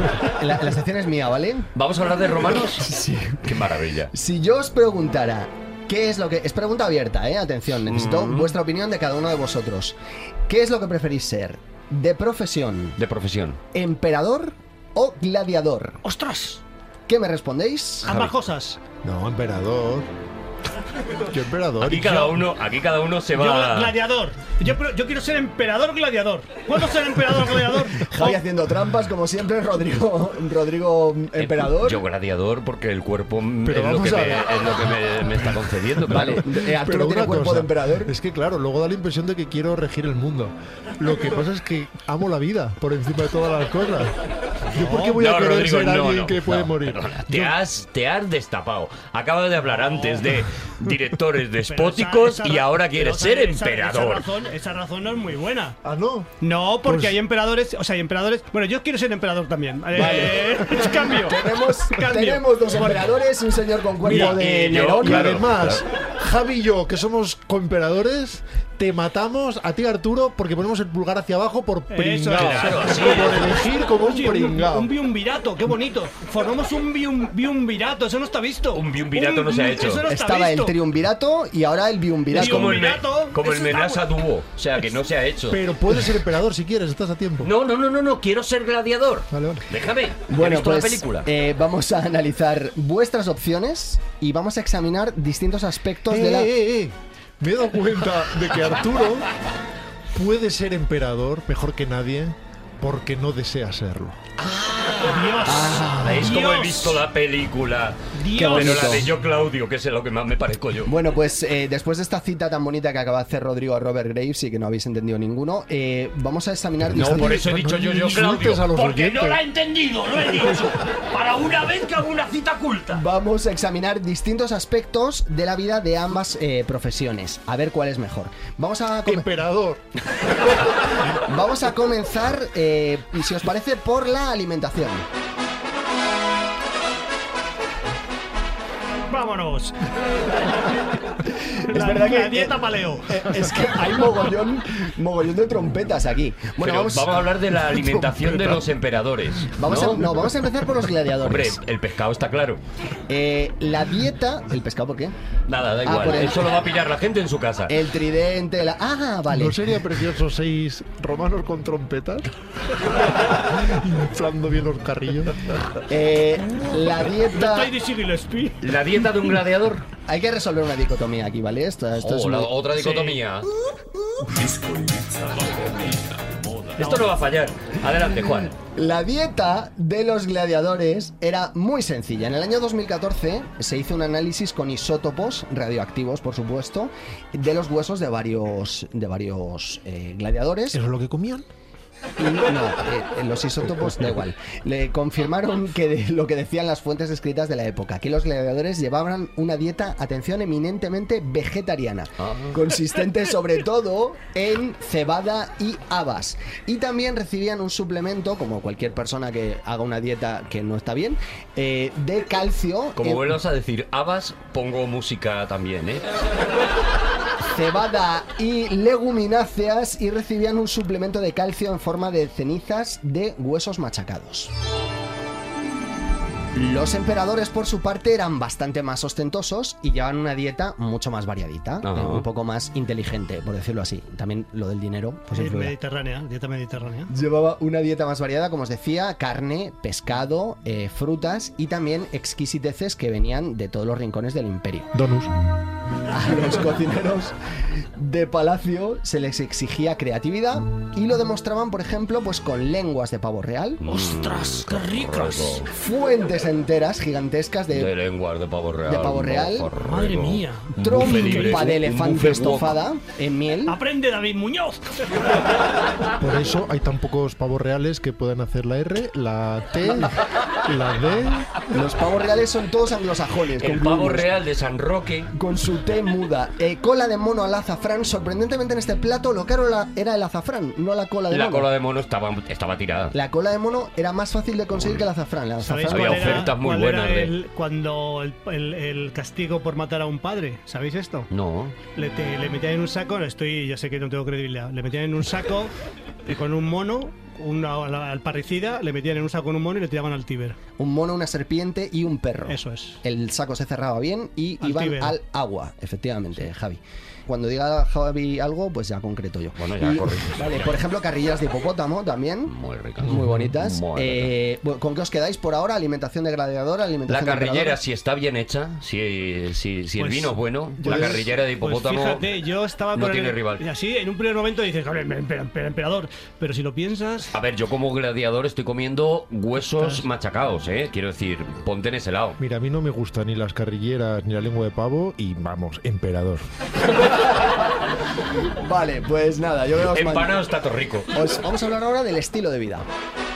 La sección es mía, ¿vale? ¿Vamos a hablar de romanos? Sí. Qué maravilla. Si yo os preguntara qué es lo que... Es pregunta abierta, ¿eh? Atención, necesito vuestra opinión de cada uno de vosotros. ¿Qué es lo que preferís ser? ¿De profesión? De profesión. ¿Emperador o gladiador? ¡Ostras! ¿Qué me respondéis? Ambas cosas. No, emperador. ¿Qué emperador? Aquí cada uno se Yo, va. gladiador. Yo quiero ser emperador gladiador. ¿Puedo ser emperador gladiador? Javi haciendo trampas, como siempre, Rodrigo emperador. Yo gladiador porque el cuerpo Pero es lo vamos que, a me, ver. es lo que me está concediendo, claro. Vale, Arturo Pero tiene una cuerpo cosa, de emperador. Es que claro, luego da la impresión de que quiero regir el mundo. Lo que pasa es que amo la vida por encima de todas las cosas. ¿Yo por qué voy a querer Rodrigo, ser alguien no, que puede no, morir? perdona. Yo- Te has destapado. Acabas de hablar antes de directores Pero despóticos y ahora pero quieres ser esa emperador. Esa razón no es muy buena. Ah, no. No, porque Pues- hay emperadores, o sea, hay emperadores. Bueno, yo quiero ser emperador también. Cambio. Tenemos dos emperadores, un señor con cuerpo Mira, de y yo, Nerón. Y claro, además, Javi y yo, que somos coemperadores, te matamos a ti, Arturo, porque ponemos el pulgar hacia abajo por Eso, pringao. claro, así por es. elegir como un Oye, pringao. un biumvirato, qué bonito. Formamos un biumvirato, eso no está visto. Un biumvirato no se ha hecho. Eso no está Estaba el visto. triunvirato y ahora el biumvirato. Es como el, Biumvirato, como el eso está Menasa bueno. Dúo. O sea, que no se ha hecho. Pero puedes ser emperador si quieres, estás a tiempo. No, quiero ser gladiador. Vale, vale. Déjame. He Bueno, visto pues la película. vamos a analizar vuestras opciones y vamos a examinar distintos aspectos de la... Me he dado cuenta de que Arturo puede ser emperador mejor que nadie porque no desea serlo. Dios. ¿Veis cómo he Dios. visto la película? Dios. Pero la bonito. de Yo Claudio, que es lo que más me parezco yo. Bueno, pues después de esta cita tan bonita que acaba de hacer Rodrigo a Robert Graves y que no habéis entendido ninguno, vamos a examinar... No, distintos- por eso he dicho yo insultes Claudio. a los Porque oyentes. no la he entendido, lo he dicho. Para una vez que hago una cita culta. Vamos a examinar distintos aspectos de la vida de ambas profesiones. A ver cuál es mejor. Vamos a Emperador. Vamos a comenzar, si os parece, por la alimentación. Vámonos. Es verdad que la dieta paleo. es que hay mogollón de trompetas aquí. Bueno, Pero vamos a hablar de la alimentación de los emperadores. vamos ¿no? vamos a empezar por los Hombre, gladiadores. el pescado está claro. La dieta, el pescado, ¿por qué? Nada, da Ah, igual. por el- Eso lo va a pillar la gente en su casa. El tridente, vale. ¿No sería precioso 6 romanos con trompetas? Inflando bien los carrillos. La dieta. Estoy de Gillespie. La dieta de un gladiador. Hay que resolver una dicotomía aquí, ¿vale? Esto es muy- Otra dicotomía. Esto no va a fallar. Adelante, Juan. La dieta de los gladiadores era muy sencilla. En el año 2014 se hizo un análisis con isótopos radioactivos, por supuesto, de los huesos de varios gladiadores. ¿Eso es lo que comían? Los isótopos da igual. Le confirmaron que lo que decían las fuentes escritas de la época, que los gladiadores llevaban una dieta, atención, eminentemente vegetariana, consistente sobre todo en cebada y habas. Y también recibían un suplemento, como cualquier persona que haga una dieta que no está bien, de calcio. Como vuelvas a decir habas, pongo música también, ¿eh? Cebada y legumináceas, y recibían un suplemento de calcio en forma de cenizas de huesos machacados. Los emperadores, por su parte, eran bastante más ostentosos y llevaban una dieta mucho más variadita, un poco más inteligente, por decirlo así. También lo del dinero, pues influía. Mediterránea, dieta mediterránea. Llevaba una dieta más variada, como os decía, carne, pescado, frutas y también exquisiteces que venían de todos los rincones del imperio. Donuts. A los cocineros de palacio se les exigía creatividad y lo demostraban, por ejemplo, pues con lenguas de pavo real. ¡Ostras, qué ricas! Fuentes enteras gigantescas de lenguas de pavo real. Madre mía. Trompa de elefante estofada en miel. ¡Aprende, David Muñoz! Por eso hay tan pocos pavos reales que puedan hacer la R, la T, la D. Los pavos reales son todos anglosajones. El pavo real de San Roque. Con su T muda. Cola de mono al azafrán. Sorprendentemente en este plato lo caro era el azafrán, no la cola de mono. La cola de mono estaba tirada. La cola de mono era más fácil de conseguir que el azafrán. Había ofertas muy buenas. Cuando el castigo por matar a un padre, ¿sabéis esto? No. Le metían en un saco, ya sé que no tengo credibilidad, le metían en un saco con un mono, al parricida, le metían en un saco con un mono y le tiraban al Tíber. Un mono, una serpiente y un perro. Eso es. El saco se cerraba bien y Al iban Tíber. al agua, efectivamente, sí. Javi. Cuando diga Javi algo, pues ya concreto yo. Bueno, ya corriges. Vale, por ejemplo, carrilleras de hipopótamo también. Muy ricas. Muy bonitas. Muy ricas. Bueno, ¿con qué os quedáis por ahora? Alimentación de gladiador, alimentación La de carrillera, emperador. si está bien hecha, si el Pues- vino es bueno, pues- la carrillera de hipopótamo Pues fíjate, yo estaba no con tiene rival. Y así, en un primer momento dices, emperador, pero si lo piensas... A ver, yo como gladiador estoy comiendo huesos machacados, ¿eh? Quiero decir, ponte en ese lado. Mira, a mí no me gustan ni las carrilleras ni la lengua de pavo y vamos, emperador. Vale, pues nada, yo creo que Empanado está todo rico. vamos a hablar ahora del estilo de vida.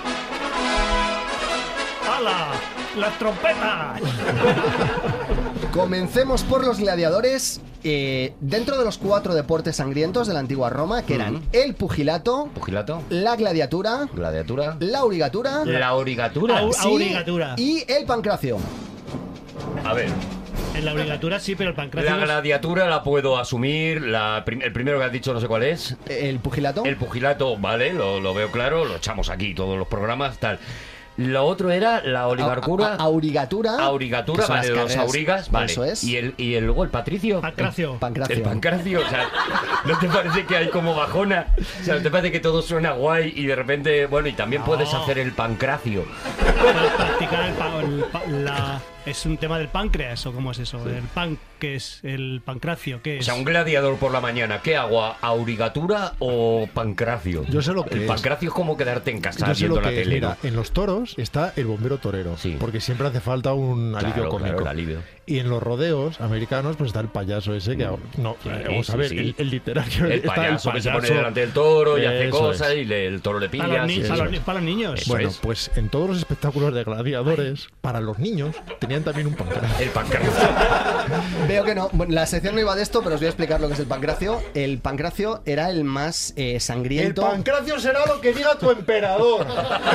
¡Hala! ¡Las trompetas! Comencemos por los gladiadores. Dentro de los 4 deportes sangrientos de la antigua Roma, que eran el pugilato, la gladiatura, la aurigatura, La origatura. sí, Aurigatura. y el pancracio. A ver, En la aurigatura sí, pero el pancracio... la gladiatura la puedo asumir. El primero que has dicho no sé cuál es. El pugilato. El pugilato, vale, lo veo claro. Lo echamos aquí, todos los programas, tal. Lo otro era la oligarcura. Aurigatura. Aurigatura, que son vale, las los carreras. aurigas, vale. Eso es. Y luego el patricio. Pancracio. Pancracio. El pancracio, o sea, ¿no te parece que hay como bajona? O sea, ¿no te parece que todo suena guay y de repente, bueno, y también puedes hacer el pancracio? Para practicar ¿Es un tema del páncreas o cómo es eso? ¿El pan qué es? ¿El pancracio qué O es? sea, un gladiador por la mañana, ¿qué hago? ¿Aurigatura o pancracio? Yo sé lo que El es. pancracio es como quedarte en casa Yo sé viendo lo la que es. tele. Mira, ¿no? en los toros está el bombero torero, Sí. porque siempre hace falta un alivio cómico. Claro, el alivio. Y en los rodeos americanos pues está el payaso ese que no, vamos a ver, sí. el literario El está payaso que se pone delante del toro y hace Eso cosas es. y el toro le pilla. Para los, sí, para eso los- es. para los niños. Eso Bueno, es. pues en todos los espectáculos de gladiadores, para los niños, tenían también un pancracio. El pancracio. Veo que no. Bueno, la sección no iba de esto, pero os voy a explicar lo que es el pancracio. El pancracio era el más sangriento. pancracio será lo que diga tu emperador.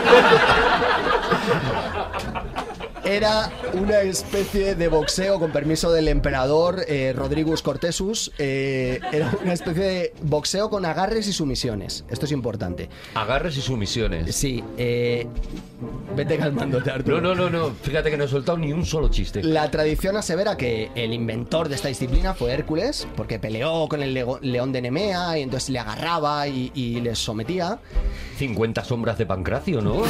Era una especie de boxeo, con permiso del emperador Rodrigus Cortesus. Era una especie de boxeo con agarres y sumisiones. Esto es importante. Agarres y sumisiones. Sí, vete calmándote, Arturo. No. Fíjate que no he soltado ni un solo chiste. La tradición asevera que el inventor de esta disciplina fue Hércules, porque peleó con el león de Nemea y entonces le agarraba y les sometía. 50 sombras de pancracio, ¿no?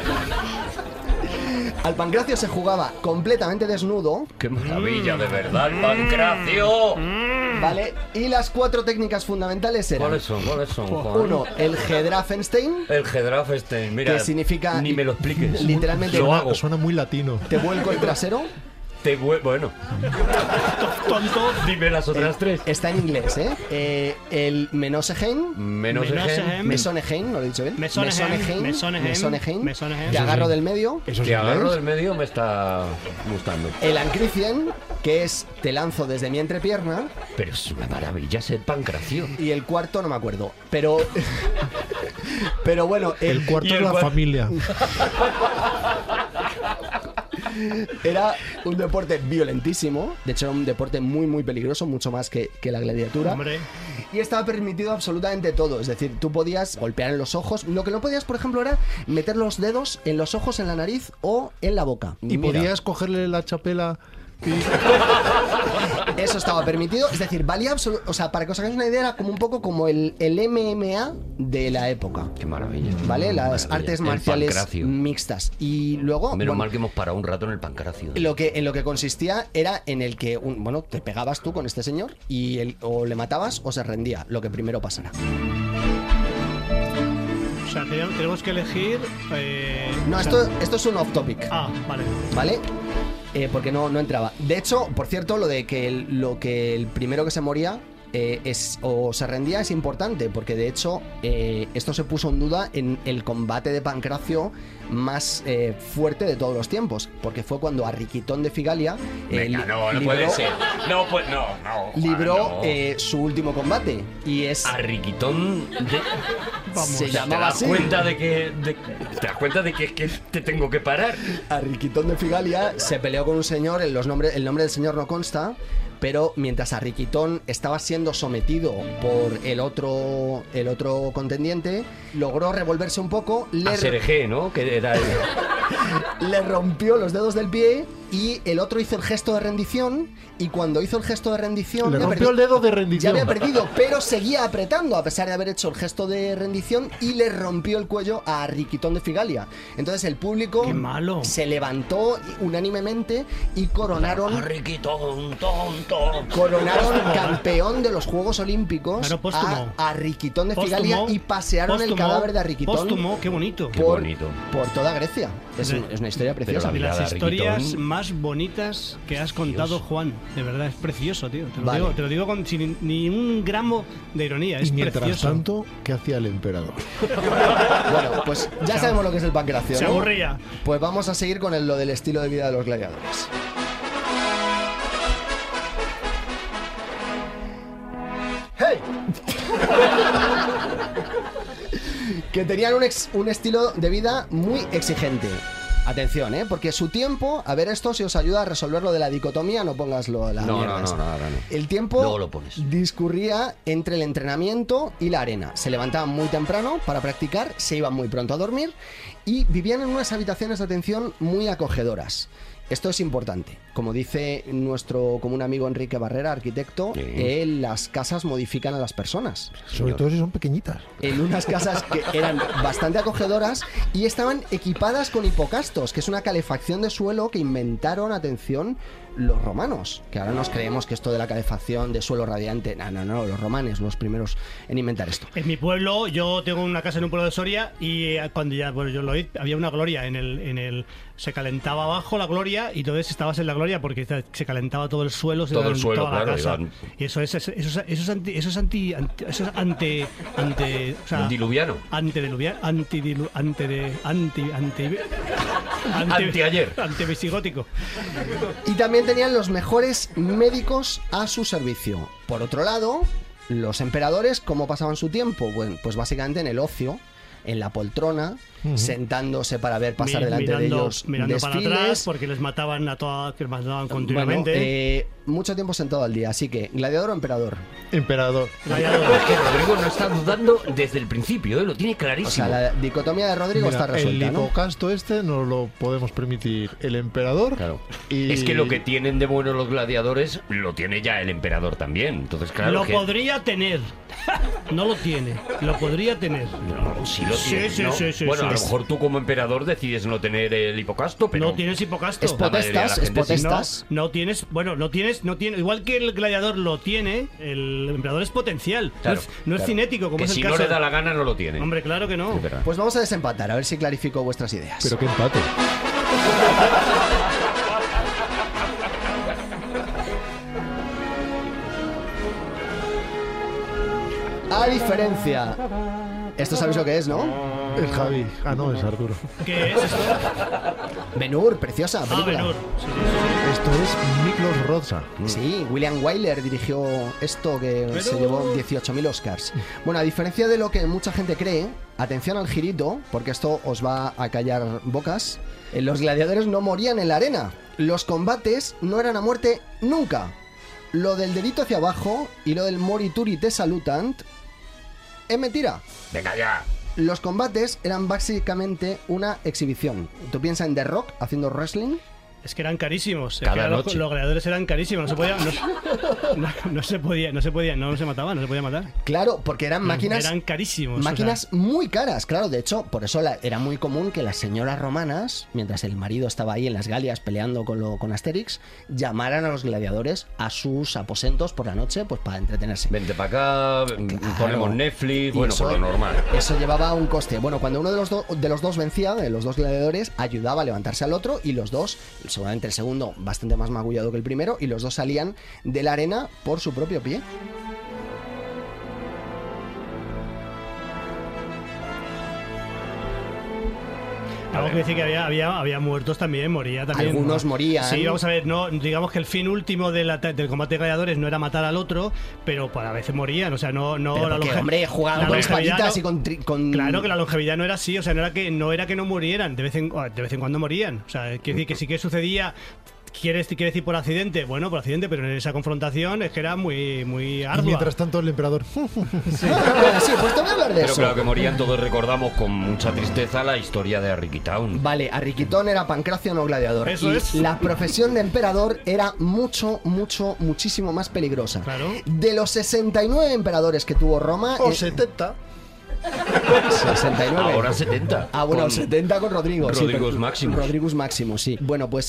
Al pancracio se jugaba completamente desnudo, ¡Qué maravilla, de verdad, el pancracio! ¿vale? Y las 4 técnicas fundamentales eran: ¿Cuáles son, Juan? 1, el Gedrafenstein, El Gedrafenstein, mira. que significa Ni me lo expliques. literalmente Lo hago. Suena muy latino. te vuelco el trasero. Bueno, Tonto. dime las otras tres. Está en inglés, ¿eh? El Menosegen. Mesonegen, ¿no lo he dicho bien? Mesonegen. Te agarro del medio. Eso es Te agarro inglés. del medio me está gustando. El Ancricien, que es te lanzo desde mi entrepierna. Pero es una maravilla ser Pancracio. Y el cuarto no me acuerdo. Pero bueno, El cuarto Y es el la cuarto- familia. era un deporte violentísimo. De hecho, era un deporte muy, muy peligroso, mucho más que la gladiatura. Hombre. Y estaba permitido absolutamente todo. Es decir, tú podías golpear en los ojos. Lo que no podías, por ejemplo, era meter los dedos en los ojos, en la nariz o en la boca. Y Mira, podías cogerle la chapela. eso estaba permitido. Es decir, valía absolutamente. O sea, para que os hagáis una idea, era como un poco como el MMA de la época. Qué maravilla. ¿Vale? Las Maravilla. artes El marciales Pancracio. mixtas. Y luego. Menos bueno, mal que hemos parado un rato en el Pancracio. en lo que consistía era en el que, te pegabas tú con este señor y o le matabas o se rendía, lo que primero pasara. O sea, tenemos que elegir. No, o sea- esto es un off topic, Ah, vale. ¿vale? Porque no entraba. De hecho, por cierto, lo que el primero que se moría o se rendía es importante, porque de hecho esto se puso en duda en el combate de Pancracio más fuerte de todos los tiempos, porque fue cuando Arriquitón de Figalia Venga, no libró- puede ser. No, pues no, Juan, libró no. su último combate y es Arriquitón de... se ¿Te llamaba das así. cuenta de que te das cuenta de que es que te tengo que parar? Arriquitón de Figalia se peleó con un señor, el nombre del señor no consta, pero mientras Arriquitón estaba siendo sometido por el otro contendiente, logró revolverse un poco, A Sergé, ¿no? Que era el... le rompió los dedos del pie y el otro hizo el gesto de rendición, y cuando hizo el gesto de rendición Le ya rompió el dedo de rendición. ya había perdido, pero seguía apretando a pesar de haber hecho el gesto de rendición, y le rompió el cuello a Arriquitón de Figalia. Entonces el público ¡Qué malo! se levantó unánimemente y coronaron Arriquitón, tonto. campeón de los Juegos Olímpicos Claro, póstumo. a Arriquitón de Póstumo, Figalia, y pasearon el póstumo, cadáver de Arriquitón Póstumo, qué bonito. Qué por, bonito. por toda Grecia. Es una historia preciosa. la De vida las de historias Arriquitón. más bonitas que has contado, Juan. De verdad, es precioso, tío. Vale. Te lo digo sin ni un gramo de ironía. Y Es mientras precioso. tanto, ¿qué hacía el emperador? Bueno, pues ya sabemos lo que es el pancracio, Se ¿no? aburría. Pues vamos a seguir con lo del estilo de vida de los gladiadores. ¡Hey! Que tenían un estilo de vida muy exigente. Atención, porque su tiempo, a ver esto, si os ayuda a resolver lo de la dicotomía, no pongas la No, mierda no, esta. no, ahora no. El tiempo Luego lo pones. discurría entre el entrenamiento y la arena. Se levantaban muy temprano para practicar, se iban muy pronto a dormir y vivían en unas habitaciones, atención, muy acogedoras. Esto es importante. Como dice nuestro común amigo Enrique Barrera, arquitecto, Sí. las casas modifican a las personas. Sobre todo si son pequeñitas. En unas casas que eran bastante acogedoras y estaban equipadas con hipocastos, que es una calefacción de suelo que inventaron, atención, los romanos. Que ahora nos creemos que esto de la calefacción de suelo radiante... No, los romanos, los primeros en inventar esto. En mi pueblo, yo tengo una casa en un pueblo de Soria y cuando ya, bueno, yo lo vi, había una gloria en el se calentaba abajo la gloria y entonces estabas en la gloria porque se calentaba todo el suelo, Todo el suelo, toda la claro, casa. iban- Y eso es ante, o sea, Diluviano. antediluviano, Anteayer. antevisigótico. Y también tenían los mejores médicos a su servicio. Por otro lado, los emperadores, ¿cómo pasaban su tiempo? Bueno, pues básicamente en el ocio, en la poltrona, sentándose para ver pasar delante de ellos mirando para desfiles. atrás porque les mataban que les mataban Bueno, continuamente. mucho tiempo sentado al día, así que, ¿gladiador o emperador? Emperador. Es que Rodrigo no está dudando desde el principio, lo tiene O clarísimo. sea, la dicotomía de Rodrigo Mira, está resuelta, el ¿no? hipocasto este no lo podemos permitir el emperador. Claro. Y... Es que lo que tienen de bueno los gladiadores lo tiene ya el emperador también. Entonces, claro. Lo que... podría tener. No lo tiene. Lo podría tener. No, sí lo Sí, tiene. sí, ¿no? sí, sí, bueno, sí. a lo mejor tú como emperador decides no tener el hipocasto, pero. No tienes hipocasto. Es La mayoría de la potestas, es gente sí. potestas. No tienes, bueno, no tienes, igual que el gladiador lo tiene, el emperador es potencial. Claro, no es claro. cinético, como Que es el si caso. no le da la gana, no lo tiene. Hombre, claro que no. Es verdad. Pues vamos a desempatar, a ver si clarifico vuestras ideas. Pero qué empate. A diferencia... Esto sabéis lo que es, ¿no? Es Javi. Ah, no, es Arturo. ¿Qué es esto? Ben-Hur, preciosa película. Ben-Hur. Sí. Esto es Miklos Rozsa. Sí, William Wyler dirigió esto que se llevó 18.000 Oscars. Bueno, a diferencia de lo que mucha gente cree, atención al girito, porque esto os va a callar bocas, los gladiadores no morían en la arena. Los combates no eran a muerte nunca. Lo del dedito hacia abajo y lo del morituri te salutant es mentira. Venga ya. Los combates eran básicamente una exhibición. Tú piensas en The Rock haciendo wrestling. Es que eran carísimos. Cada los noche. gladiadores eran carísimos. No se podía, no se podía, no se mataba, no se podía matar. Claro, porque eran máquinas. Eran carísimos. Máquinas muy caras, claro. De hecho, por eso era muy común que las señoras romanas, mientras el marido estaba ahí en las Galias peleando con Asterix, llamaran a los gladiadores a sus aposentos por la noche, pues para entretenerse. Vente para acá, ponemos Netflix, Y bueno, eso- por lo normal. Eso llevaba un coste. Bueno, cuando uno de los dos vencía, de los dos gladiadores, ayudaba a levantarse al otro y los dos, seguramente el segundo bastante más magullado que el primero, y los dos salían de la arena por su propio pie. Tengo que decir que había muertos también, moría también. Algunos morían. Sí, vamos a ver, no, digamos que el fin último del combate de gladiadores no era matar al otro, pero pues, a veces morían, o sea, no Pero la porque, longe- hombre, jugaban la con longevidad espaditas no- y con... Claro que la longevidad no era así, o sea, no era que no murieran, de vez en cuando morían. O sea, quiero decir que sí que sucedía. ¿Quieres decir por accidente? Bueno, por accidente, pero en esa confrontación es que era muy, muy Y ardua. mientras tanto el emperador... Sí, pues te voy a hablar de Pero eso. claro que morían, todos recordamos con mucha tristeza la historia de Ricky Town. Vale, Arriquitón era Pancracio no gladiador. Eso y es. la profesión de emperador era muchísimo más peligrosa. Claro. De los 69 emperadores que tuvo Roma... O 70. 69. Ahora 70. Ah, bueno, Con 70 con Rodrigo. Rodrigus pero- Maximus. Rodrigus Maximus, sí. Bueno, pues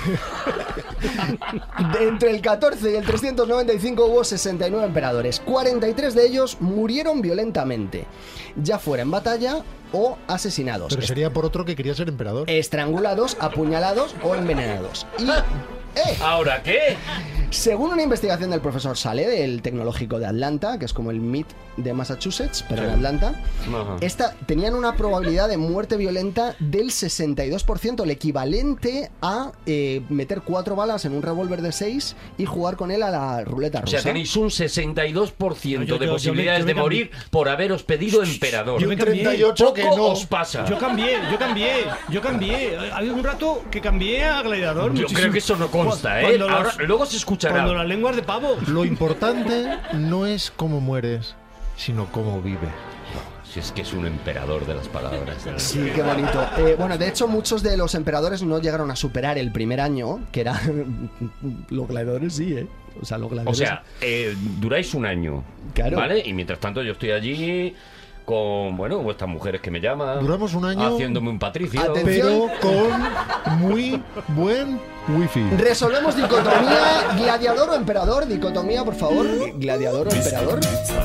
entre el 14 y el 395 hubo 69 emperadores. 43 de ellos murieron violentamente, ya fuera en batalla o asesinados. Pero sería por otro que quería ser emperador. Estrangulados, apuñalados o envenenados. Y... ¿Ahora qué? Según una investigación del profesor Sale del Tecnológico de Atlanta, que es como el MIT de Massachusetts, pero Sí. en Atlanta, Ajá. tenían una probabilidad de muerte violenta del 62%, el equivalente a meter 4 balas en un revólver de 6 y jugar con él a la ruleta O rusa. sea, tenéis un 62% de yo posibilidades me de morir por haberos pedido emperador. Yo me cambié. 38 que Poco no. os pasa. Yo cambié. Había un rato que cambié a gladiador. Yo muchísimo. creo que eso no consta, ¿eh? Cuando Ahora, los- luego se escuchará. Cuando las lenguas de pavo. Lo importante no es cómo mueres, sino cómo vives. Si es que es un emperador de las palabras. Sí, qué bonito. Bueno, de hecho, muchos de los emperadores no llegaron a superar el primer año, que era... los gladiadores sí, ¿eh? O sea, los O gladiadores... sea, duráis un año, Claro. ¿vale? Y mientras tanto yo estoy allí con, bueno, vuestras mujeres que me llaman. Duramos un año, haciéndome un patricio. Atención. pero con muy buen wifi. Resolvemos dicotomía, gladiador o emperador. Dicotomía, por favor. Gladiador o emperador.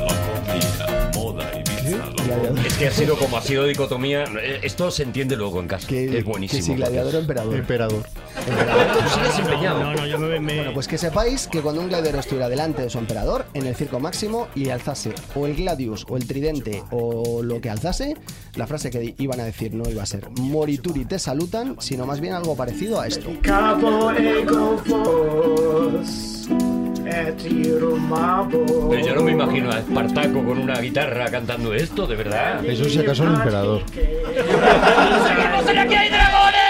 Gladiador. Es que ha sido como ha sido dicotomía. Esto se entiende luego en casa. Que, Es buenísimo. que si gladiador o emperador. Emperador. Tú sigues empeñado. No, yo me... Bueno, pues que sepáis que cuando un gladiador estuviera delante de su emperador en el circo máximo y alzase o el gladius o el tridente o lo que alzase, la frase que iban a decir no iba a ser morituri te salutan, sino más bien algo parecido a esto. Capo ego vos et irumabo. Pero yo no me imagino a Espartaco con una guitarra cantando esto, de verdad. Eso si acaso el emperador. ¡Seguimos en Aquí hay dragones!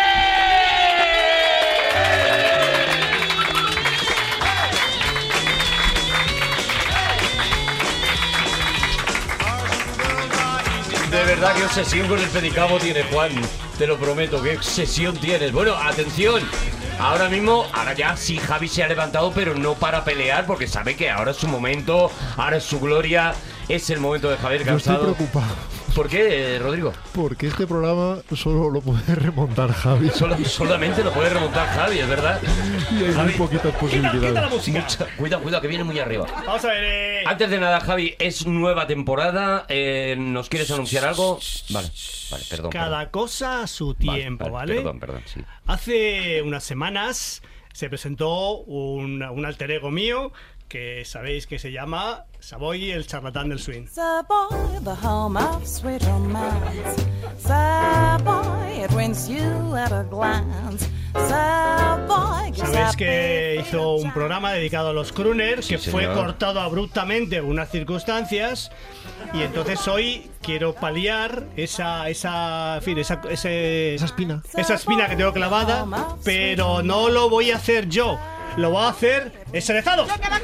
De verdad, qué obsesión con el pedicabo tiene Juan. Te lo prometo, qué obsesión tienes. Bueno, atención. Ahora mismo, ahora ya sí Javi se ha levantado, pero no para pelear, porque sabe que ahora es su momento, ahora es su gloria. Es el momento de Javier Yo estoy Cansado. preocupado, ¿Por qué, Rodrigo? porque este programa solo lo puede remontar Javi. Solamente lo puede remontar Javi, es verdad. Y hay Javi, muy poquitas Quita la posibilidades. música. Cuidado, que viene muy arriba. Vamos a ver. Antes de nada, Javi, es nueva temporada. ¿Nos quieres anunciar algo? Vale, perdón. Cada cosa a su tiempo, ¿vale? Perdón, sí. Hace unas semanas se presentó un alter ego mío que sabéis que se llama Savoy, el charlatán del swing. Savoy, the home of sweet romance. Savoy, it wins you at a glance. Savoy, Sabéis que hizo un programa dedicado a los crooners que fue cortado abruptamente en unas circunstancias. Y entonces hoy quiero paliar esa espina que tengo clavada, pero no lo voy a hacer yo. Lo va a hacer el Cerezado.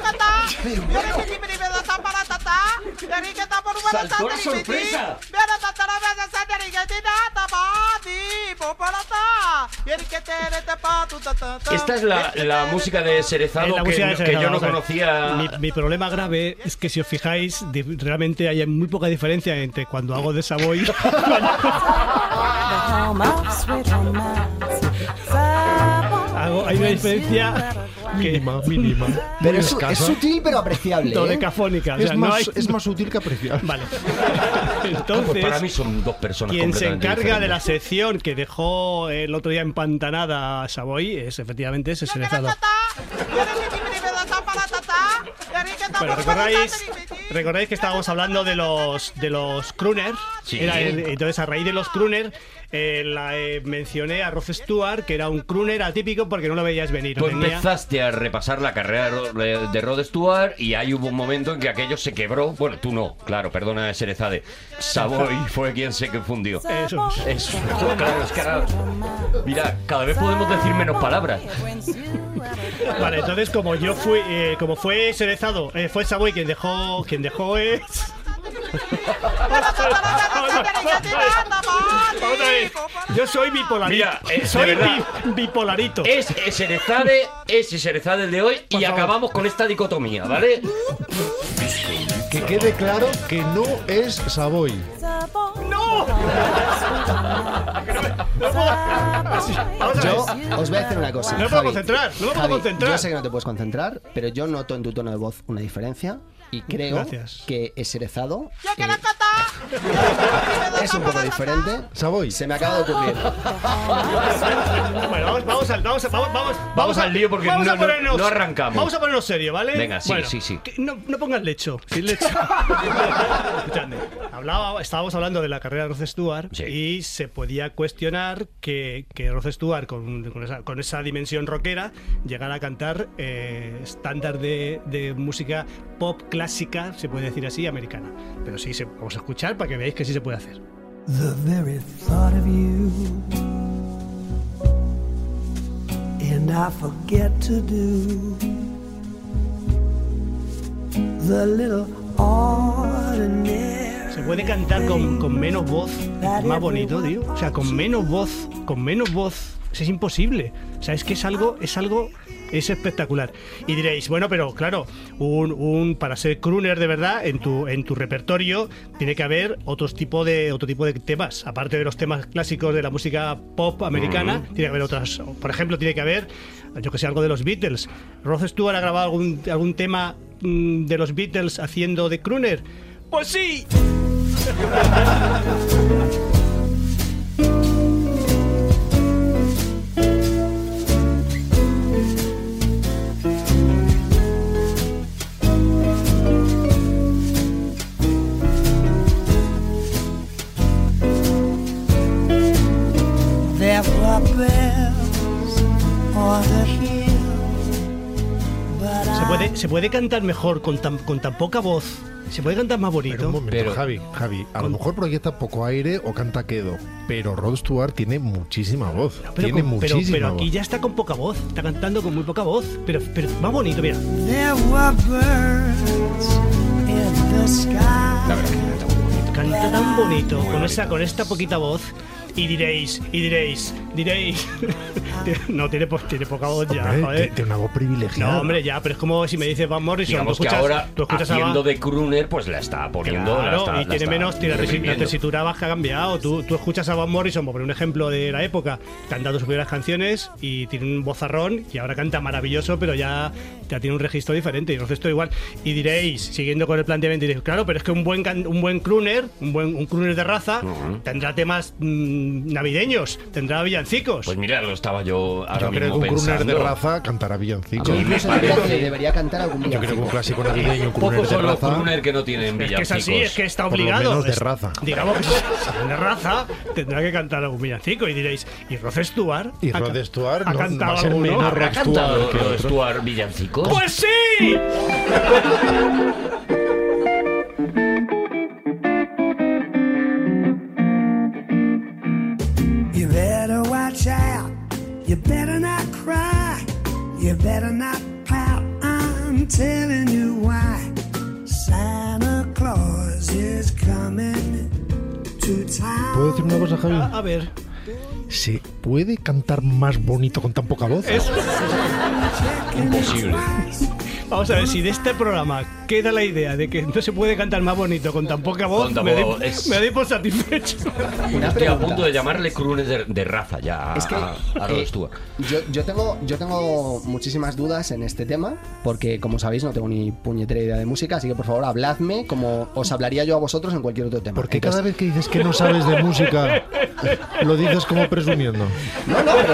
¡Saltó la sorpresa! Esta es la música de Cerezado, que yo no conocía. Mi problema grave es que si os fijáis, realmente hay muy poca diferencia entre cuando hago de Savoy. Hay una diferencia mínima. Pero es sutil pero apreciable. Dodecafónica. Es más sutil que apreciable. Vale. Entonces, Pues para mí son dos personas quien se completamente encarga diferentes. de la sección que dejó el otro día empantanada a Savoy es efectivamente ese Cerezado. Bueno, recordáis que estábamos hablando de los crooners. Sí. Entonces, a raíz de los crooners, mencioné a Rod Stewart, que era un crooner atípico porque no lo veías venir. Tú empezaste a repasar la carrera de Rod Stewart y ahí hubo un momento en que aquello se quebró. Bueno, tú no, claro, perdona, Cerezade. Savoy fue quien se confundió. Eso. Claro, es que ahora, mira, cada vez podemos decir menos palabras. Vale, entonces como fue Cerezado, fue Savoy quien dejó es... Yo soy bipolarito. Mira, soy de verdad. bipolarito. Es Cerezade el de hoy y acabamos con esta dicotomía, ¿vale? Que quede claro que no es Savoy. ¡No! Yo os voy a decir una cosa. No me puedo Javi. concentrar, no me puedo Javi, concentrar. Yo sé que no te puedes concentrar, pero yo noto en tu tono de voz una diferencia y creo Gracias. que es Cerezado. Es un poco diferente. Savoy. Se me acaba de ocurrir. Bueno, Vamos al lío porque vamos no- a ponernos, no arrancamos. Vamos a ponernos serio, ¿vale? Venga, sí, Bueno, sí. que no pongas lecho, sin lecho. Escuchadme. Estábamos hablando de la carrera de Rod Stewart Sí. y se podía cuestionar que Rod Stewart, con esa dimensión rockera, llegara a cantar estándar de música pop clásica, se puede decir así, americana. Pero sí, vamos a escuchar para que veáis que sí se puede hacer. The very thought of you, and I forget to do the little ordinary. Se puede cantar con menos voz, más bonito, tío. O sea, con menos voz, es imposible. O sea, es que es algo es espectacular. Y diréis, bueno, pero claro, para ser crooner de verdad, en tu repertorio tiene que haber otro tipo de temas. Aparte de los temas clásicos de la música pop americana, tiene que haber otras. Por ejemplo, tiene que haber, yo que sé, algo de los Beatles. ¿Rod Stewart ha grabado algún tema de los Beatles haciendo de crooner? ¡Pues sí! There were bells on the hill, but Se puede cantar mejor con tan poca voz. Se puede cantar más Pero bonito. un momento, Pero- Javi, a lo mejor proyecta poco aire o canta quedo, pero Rod Stewart tiene muchísima voz. Tiene muchísima pero aquí voz. ya está con poca voz. Está cantando con muy poca voz. Pero más bonito, mira. there were birds in the sky. Canta tan bonito con esta poquita voz. Y diréis, no, tiene poca voz ya, Hombre, joder. tiene una voz privilegiada. No, hombre, ya, pero es como si me dices Van Morrison. Digamos tú que escuchas- ahora, tú escuchas a haciendo Van- de crooner, pues la está poniendo. Claro, la y tiene está menos, la reprimiendo. tesitura baja ha cambiado. Tú escuchas a Van Morrison, por poner un ejemplo de la época, cantando sus primeras canciones y tiene un vozarrón y ahora canta maravilloso, pero ya tiene un registro diferente. Y entonces esto igual. Y diréis, siguiendo con el planteamiento, diréis, claro, pero es que un buen crooner, un crooner de raza, tendrá temas navideños, tendrá villancicos, villancicos. Pues mira, lo estaba yo ahora Yo creo mismo que un crooner de pensando. raza cantará villancicos. Yo incluso diría que debería cantar algún Yo creo que un villancico. clásico navideño, un Pocos crooner de son los raza. crooner que no tienen Es que es villancicos. así, es que está Por lo obligado. menos de Es- raza. Digamos que si es de raza, tendrá que cantar algún villancico. Y diréis, ¿y Rod Stewart? Y ¿Ha Rod ca- Stewart ¿ha no cantado va a ser alguno? menos ¿Habrá Rod cantado Stewart que otros. Stuart villancicos? ¡Pues sí! You better watch out. You better not cry. You better not pout. I'm telling you why. Santa Claus is coming to town. ¿Puedo decir una cosa, Javi? A ver. ¿Se puede cantar más bonito con tan poca voz? Es- Imposible. Vamos a ver, si de este programa queda la idea de que no se puede cantar más bonito con tan poca voz, Con tan me poca doy, voz, es- me doy por satisfecho. Una Estoy a pregunta. punto de llamarle crooner de raza ya Es que a Rod eh, Stewart. yo tengo muchísimas dudas en este tema, porque como sabéis no tengo ni puñetera idea de música, así que por favor habladme como os hablaría yo a vosotros en cualquier otro tema. ¿Por qué Entonces, cada vez que dices que no sabes de música lo dices como presumiendo? No, pero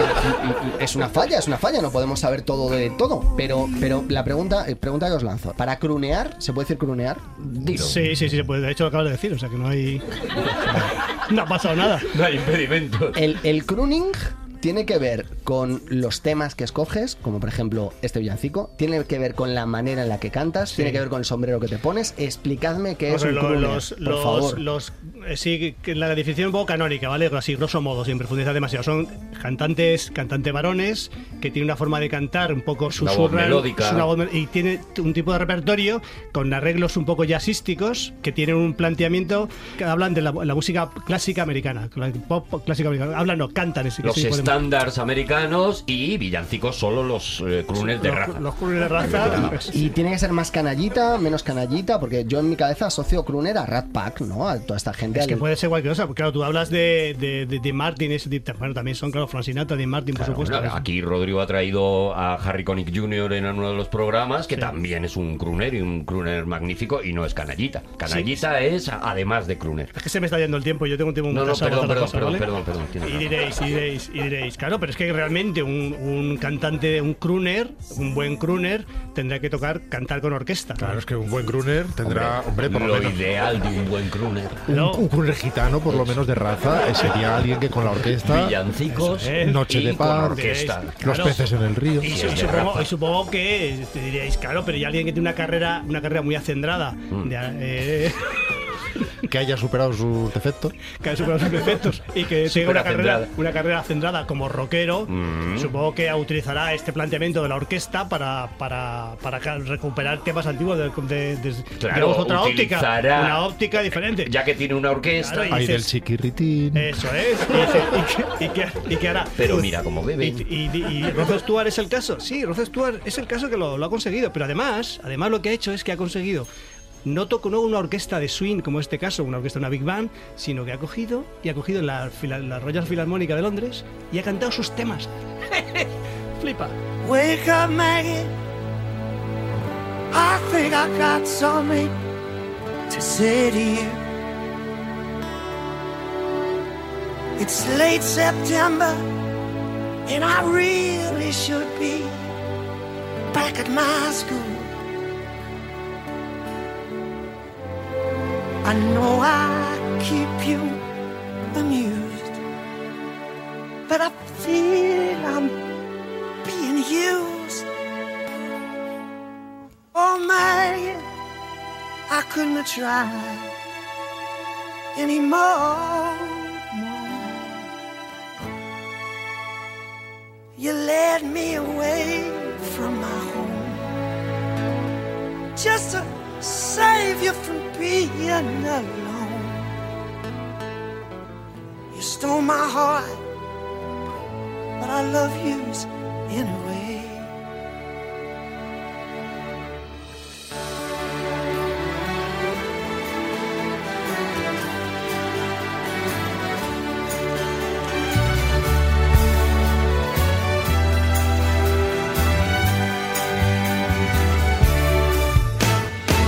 es una falla, no podemos saber todo de todo. Pero la pregunta que os lanzo, ¿para crunear, se puede decir crunear? Dilo. Sí, se puede. De hecho, lo acabas de decir, o sea que no hay. No ha pasado nada. No hay impedimentos. El crooning tiene que ver con los temas que escoges, como por ejemplo este villancico, tiene que ver con la manera en la que cantas, tiene que ver con el sombrero que te pones. Explicadme qué es un crooner, por favor. Sí, que la definición un poco canónica, ¿vale? Así, grosso modo, sin profundizar demasiado. Son cantantes varones que tienen una forma de cantar un poco Una voz susurran, melódica. es una voz y tiene un tipo de repertorio con arreglos un poco jazzísticos que tienen un planteamiento que hablan de la música clásica americana, pop clásica americana. Hablan, no, cantan. Es que Los sí, podemos- estándares americanos y villancicos solo los crooners de raza. Los crooners de raza. Y tiene que ser más canallita, menos canallita, porque yo en mi cabeza asocio crooner a Rat Pack, ¿no? A toda esta gente. Es que puede ser cualquier cosa, porque claro, tú hablas de Martin, ese tipo, bueno, también son, claro, Frank Sinatra, de Martin, por Claro, supuesto. bueno, aquí Rodrigo ha traído a Harry Connick Jr. en uno de los programas, que también es un crooner y un crooner magnífico, y no es canallita. Canallita es además de crooner. Es que se me está yendo el tiempo, yo tengo un tiempo muy No, cansado perdón, para otras cosas, ¿vale? perdón. tienes Y razón. diréis, claro, pero es que realmente un cantante, un crooner, un buen crooner, tendrá que cantar con orquesta. Claro, es que un buen crooner tendrá, hombre, por lo Lo menos ideal de un buen crooner. un crooner gitano, por lo menos de raza, sería alguien que con la orquesta, Villancicos Eso es. Noche y de con paz, orquesta. los Claro. peces en el río. Y, Sí, es de supongo, raza. y supongo que te diréis, claro, pero hay alguien que tiene una carrera muy acendrada, Que haya superado sus defectos. que ha superado sus defectos y que tenga Superacendrada. una carrera centrada como rockero, supongo que utilizará este planteamiento de la orquesta para recuperar temas antiguos de Claro, otra óptica, utilizará- una óptica diferente. Ya que tiene una orquesta. Claro, y Ahí del dices- chiquirritín. Eso es. ¿Y qué hará? Pero mira cómo bebe. ¿Y Rod Stewart es el caso? Sí, Rod Stewart es el caso que lo ha conseguido. Pero además lo que ha hecho es que ha conseguido no una orquesta de swing, como este caso, una orquesta, una big band, sino que ha cogido la Royal Philharmónica de Londres y ha cantado sus temas. Flipa. Wake up, Maggie. I think I got something to say to you. It's late September, and I really should be back at my school. I know I keep you amused, but I feel I'm being used. Oh, Maggie, I couldn't have tried anymore. You led me away from my home just to save you from being alone. You stole my heart, but I love you anyway.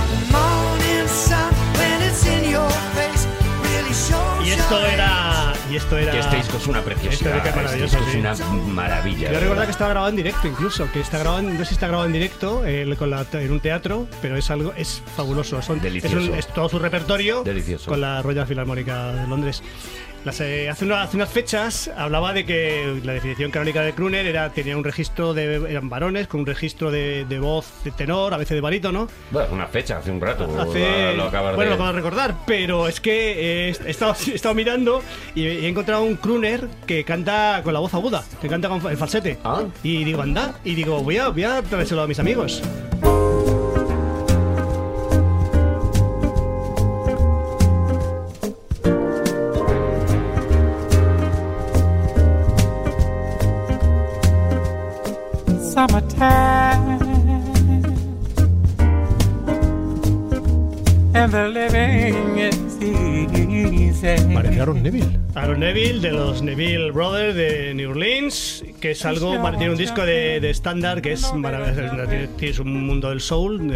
Y Y esto era... Que este disco es una preciosidad. Este maravilloso, este disco es una maravilla. Yo recuerdo que estaba grabado en directo incluso, que está grabado, no sé si está grabado en directo en un teatro, pero es fabuloso. Delicioso. Es todo su repertorio. Delicioso. Con la Royal Filarmónica de Londres. Hace unas fechas hablaba de que la definición canónica de crooner tenía un registro eran varones con un registro de voz de tenor, a veces de barítono. Bueno, una fecha, hace un rato. Lo acabo de recordar, pero es que he estado mirando y he encontrado un crooner que canta con la voz aguda, que canta con el falsete. Y digo, anda, y digo, voy a traérselo a mis amigos. Summertime and the living is easy. Parece Aaron Neville. Aaron Neville, de los Neville Brothers de New Orleans, que es tiene un disco de estándar que es maravilloso. Tienes un mundo del soul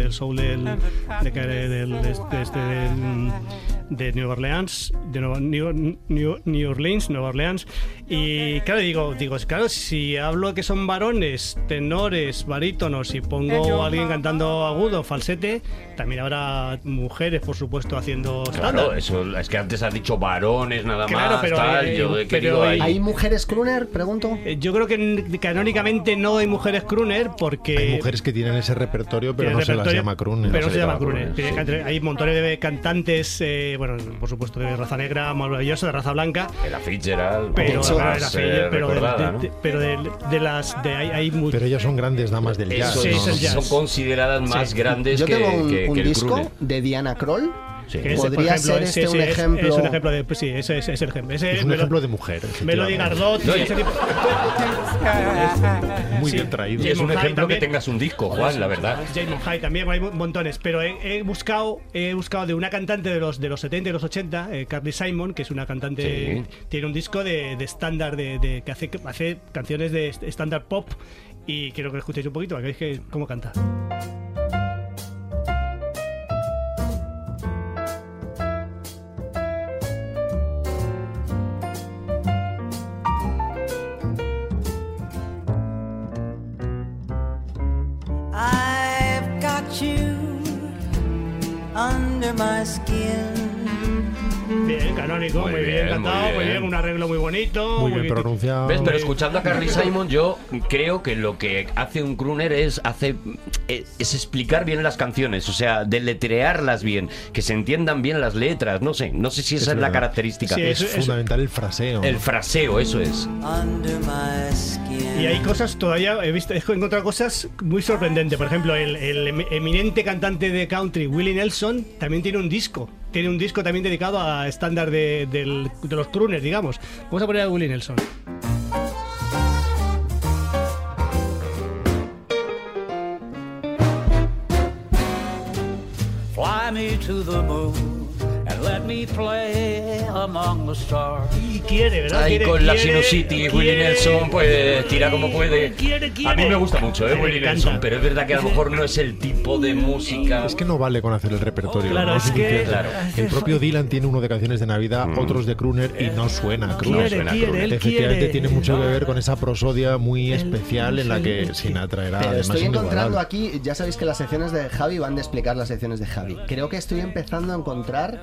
de New Orleans, New Orleans, Nueva Orleans. Y claro, digo, claro, si hablo que son varones, tenores, barítonos y pongo a alguien cantando agudo, falsete, también habrá mujeres, por supuesto, haciendo estándar. Claro, eso es que antes has dicho varones nada claro, más, pero, tal. ¿Hay mujeres crooner? Pregunto. Yo creo que canónicamente no hay mujeres crooner porque... Hay mujeres que tienen ese repertorio, pero no se las llama crooner. Pero no se llama crooner. Hay montones de cantantes, bueno, por supuesto, de raza negra, maravillosa, de raza blanca. Ella Fitzgerald, pero pero ellas son grandes damas del jazz. Son consideradas más grandes Yo que tengo un el disco crooner. de Diana Krall. Sí. ¿Podría ser un ejemplo? Es un ejemplo de... Sí, ese es el ejemplo. Es un ejemplo de mujer. Melody Gardot. Ese tipo... Muy bien traído. Y es un ejemplo que tengas un disco, Juan, la verdad. Jamie High también, hay montones. Pero he buscado de una cantante de los 70 y los 80, Carly Simon, que es una cantante... Sí. Tiene un disco de estándar que hace canciones de estándar pop. Y quiero que lo escuchéis un poquito, para que veáis cómo canta. Under my skin. Bien, canónico, muy bien cantado, muy bien, un arreglo muy bonito. Muy bien pronunciado. ¿Ves? Pero escuchando a Carly Simon, yo creo que lo que hace un crooner es explicar bien las canciones, o sea, deletrearlas bien, que se entiendan bien las letras, no sé si esa es la característica. Sí, es fundamental el fraseo. El fraseo, eso es. Y hay cosas todavía, he encontrado cosas muy sorprendentes. Por ejemplo, el eminente cantante de country, Willie Nelson, también tiene un disco. Tiene un disco también dedicado a estándar de los crooners, digamos. Vamos a poner a Willie Nelson. Fly me to the moon and let me play among the stars. Y quiere, ¿verdad? Ahí con la Sinusity, Willie Nelson, pues tira como puede. A mí me gusta mucho, Willie Nelson, pero es verdad que a lo mejor no es el tipo de música. Es que no vale con hacer el repertorio. Claro, no es que... El propio Dylan tiene uno de canciones de Navidad, otros de crooner, y no suena crooner. Efectivamente tiene mucho que ver con esa prosodia muy especial en la que Sinatra era Pero además estoy encontrando inigualable. aquí, ya sabéis que las secciones de Javi van de explicar las secciones de Javi. Creo que estoy empezando a encontrar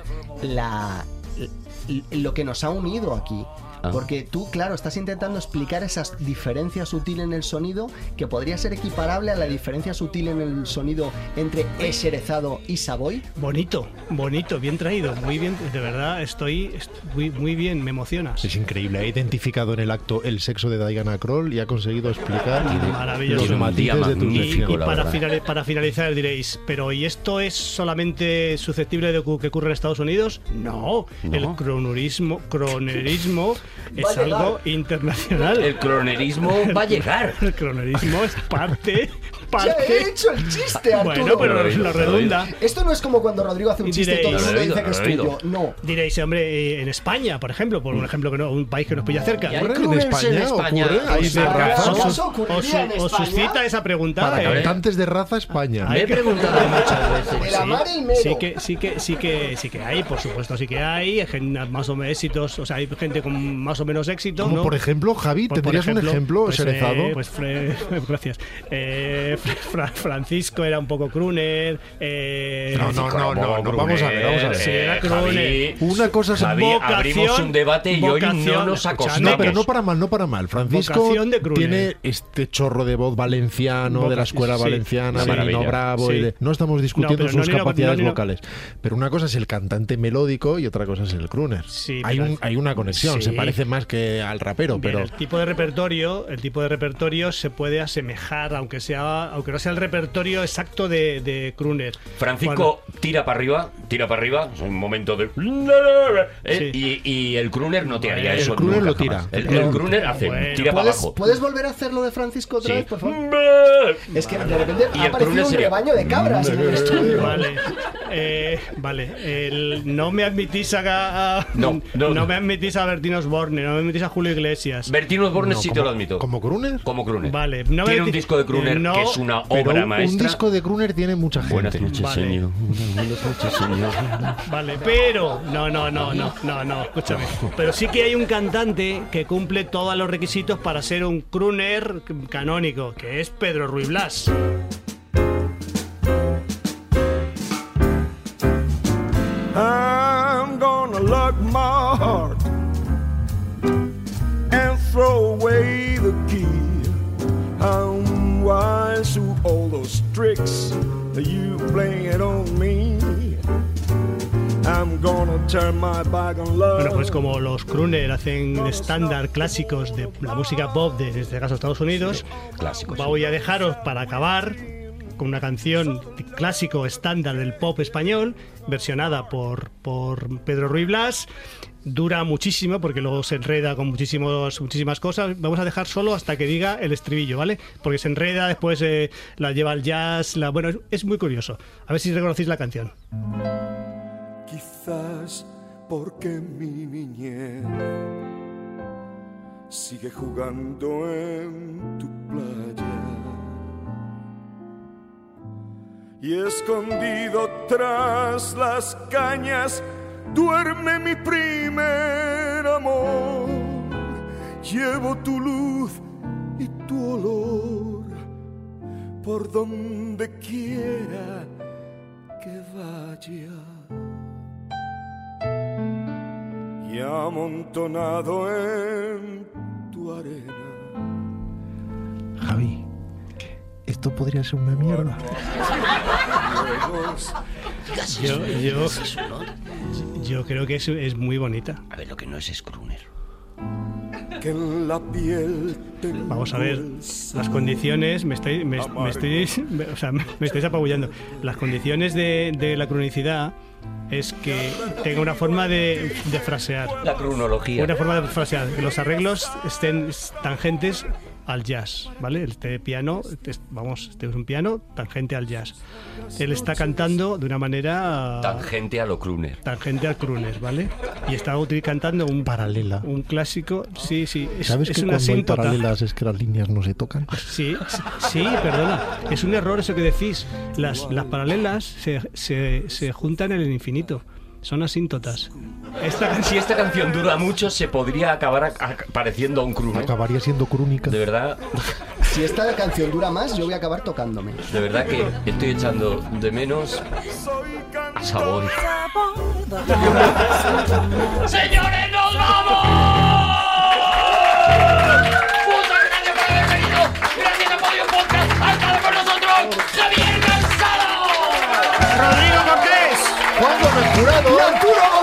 lo que nos ha unido aquí. Porque tú, claro, estás intentando explicar esa diferencia sutil en el sonido que podría ser equiparable a la diferencia sutil en el sonido entre Eserezado y Savoy. Bonito, bien traído, muy bien, de verdad, estoy muy bien, me emocionas. Es increíble, ha identificado en el acto el sexo de Diana Krall y ha conseguido explicar los matices de tu sección. Y para finalizar diréis, pero ¿y esto es solamente susceptible de que ocurra en Estados Unidos? No. El cronerismo es algo internacional. El cronerismo va a llegar. El cronerismo es parte Ya he hecho el chiste, Arturo. Bueno, pero lo redunda. Esto no es como cuando Rodrigo hace un chiste y todo el mundo dice que es tuyo. No. Diréis, hombre, en España, por ejemplo, por un ejemplo que no, un país que nos pilla cerca. ¿En España ocurre? ¿Hay de raza? ¿Os suscita esa pregunta? Para cantantes de raza, España. Me he preguntado muchas veces. El amar el mero. Sí que hay, por supuesto, sí que hay más o menos éxitos, o sea, hay gente con más o menos éxito. Como ¿no? por ejemplo, Javi, ¿tendrías un ejemplo Sherezado? Gracias. Francisco era un poco crooner. No, vamos a ver. Sí, era crooner. Una cosa es abrimos un debate y hoy no nos acostamos. No, pero no para mal. Francisco tiene este chorro de voz valenciano, de la escuela valenciana, de Nino Bravo. Sí. No estamos discutiendo sus capacidades no. vocales. Pero una cosa es el cantante melódico y otra cosa es el crooner. Sí, hay una conexión, sí. se parece más que al rapero, Bien, pero el tipo de repertorio se puede asemejar, aunque no sea el repertorio exacto de crooner. Francisco tira para arriba, es un momento de y el crooner no te haría eso. El crooner nunca lo tira. Jamás. El crooner hace tira para abajo. ¿Puedes volver a hacer lo de Francisco otra vez, por favor? Es que de repente Y ha el aparecido un rebaño de cabras en el estudio. Vale. No me admitís no me admitís a Bertín Osborne, no me admitís a Julio Iglesias. Bertín Osborne sí te lo admito. ¿Como crooner? Como crooner. Vale. Tiene un disco de crooner que es una obra maestra. Un disco de crooner tiene mucha gente. Buenas noches, señor. Buenas noches, señor. Vale, pero no, escúchame. Pero sí que hay un cantante que cumple todos los requisitos para ser un crooner canónico, que es Pedro Ruiz Blas. I'm gonna lock my heart and throw away the key. I'm wise to all those tricks that you playing on me. I'm gonna turn my back on love. Bueno, pues como los crooner hacen estándar clásicos de la música pop de, en este caso, Estados Unidos, voy a dejaros para acabar con una canción clásico estándar del pop español, versionada por Pedro Ruiz Blas. Dura muchísimo porque luego se enreda con muchísimas cosas. Vamos a dejar solo hasta que diga el estribillo, ¿vale? Porque se enreda, después la lleva al jazz. Bueno, es muy curioso. A ver si reconocéis la canción. Quizás porque mi niñez sigue jugando en tu playa y escondido tras las cañas duerme mi primer amor. Llevo tu luz y tu olor por donde quiera que vaya. Y amontonado en tu arena. Javi, esto podría ser una mierda. Yo creo que es muy bonita. A ver, lo que no es crooner. Que en la piel vamos a ver las condiciones. Me estáis apabullando. Las condiciones de la cronicidad es que tenga una forma de frasear. La cronología. Una forma de frasear. Que los arreglos estén tangentes al jazz, ¿vale? Este piano, este es un piano tangente al jazz. Él está cantando de una manera tangente a lo crooner. Tangente al crooner, ¿vale? Y está cantando un paralela, un clásico. Sí. ¿Sabes que cuando hay paralelas es que las líneas no se tocan? Sí, perdona. Es un error eso que decís. Las paralelas se juntan en el infinito. Son asíntotas. Si esta canción dura mucho, se podría acabar pareciendo a un crooner. Acabaría siendo crúnica. De verdad. Si esta canción dura más, yo voy a acabar tocándome. De verdad que estoy echando de menos a Sabor. ¡Señores, nos vamos! Muchas gracias por haber venido. Gracias a Podium Podcast. Ha estado con nosotros Javier Cansado, Rodrigo Cortés, Juan Gómez Jurado y Arturo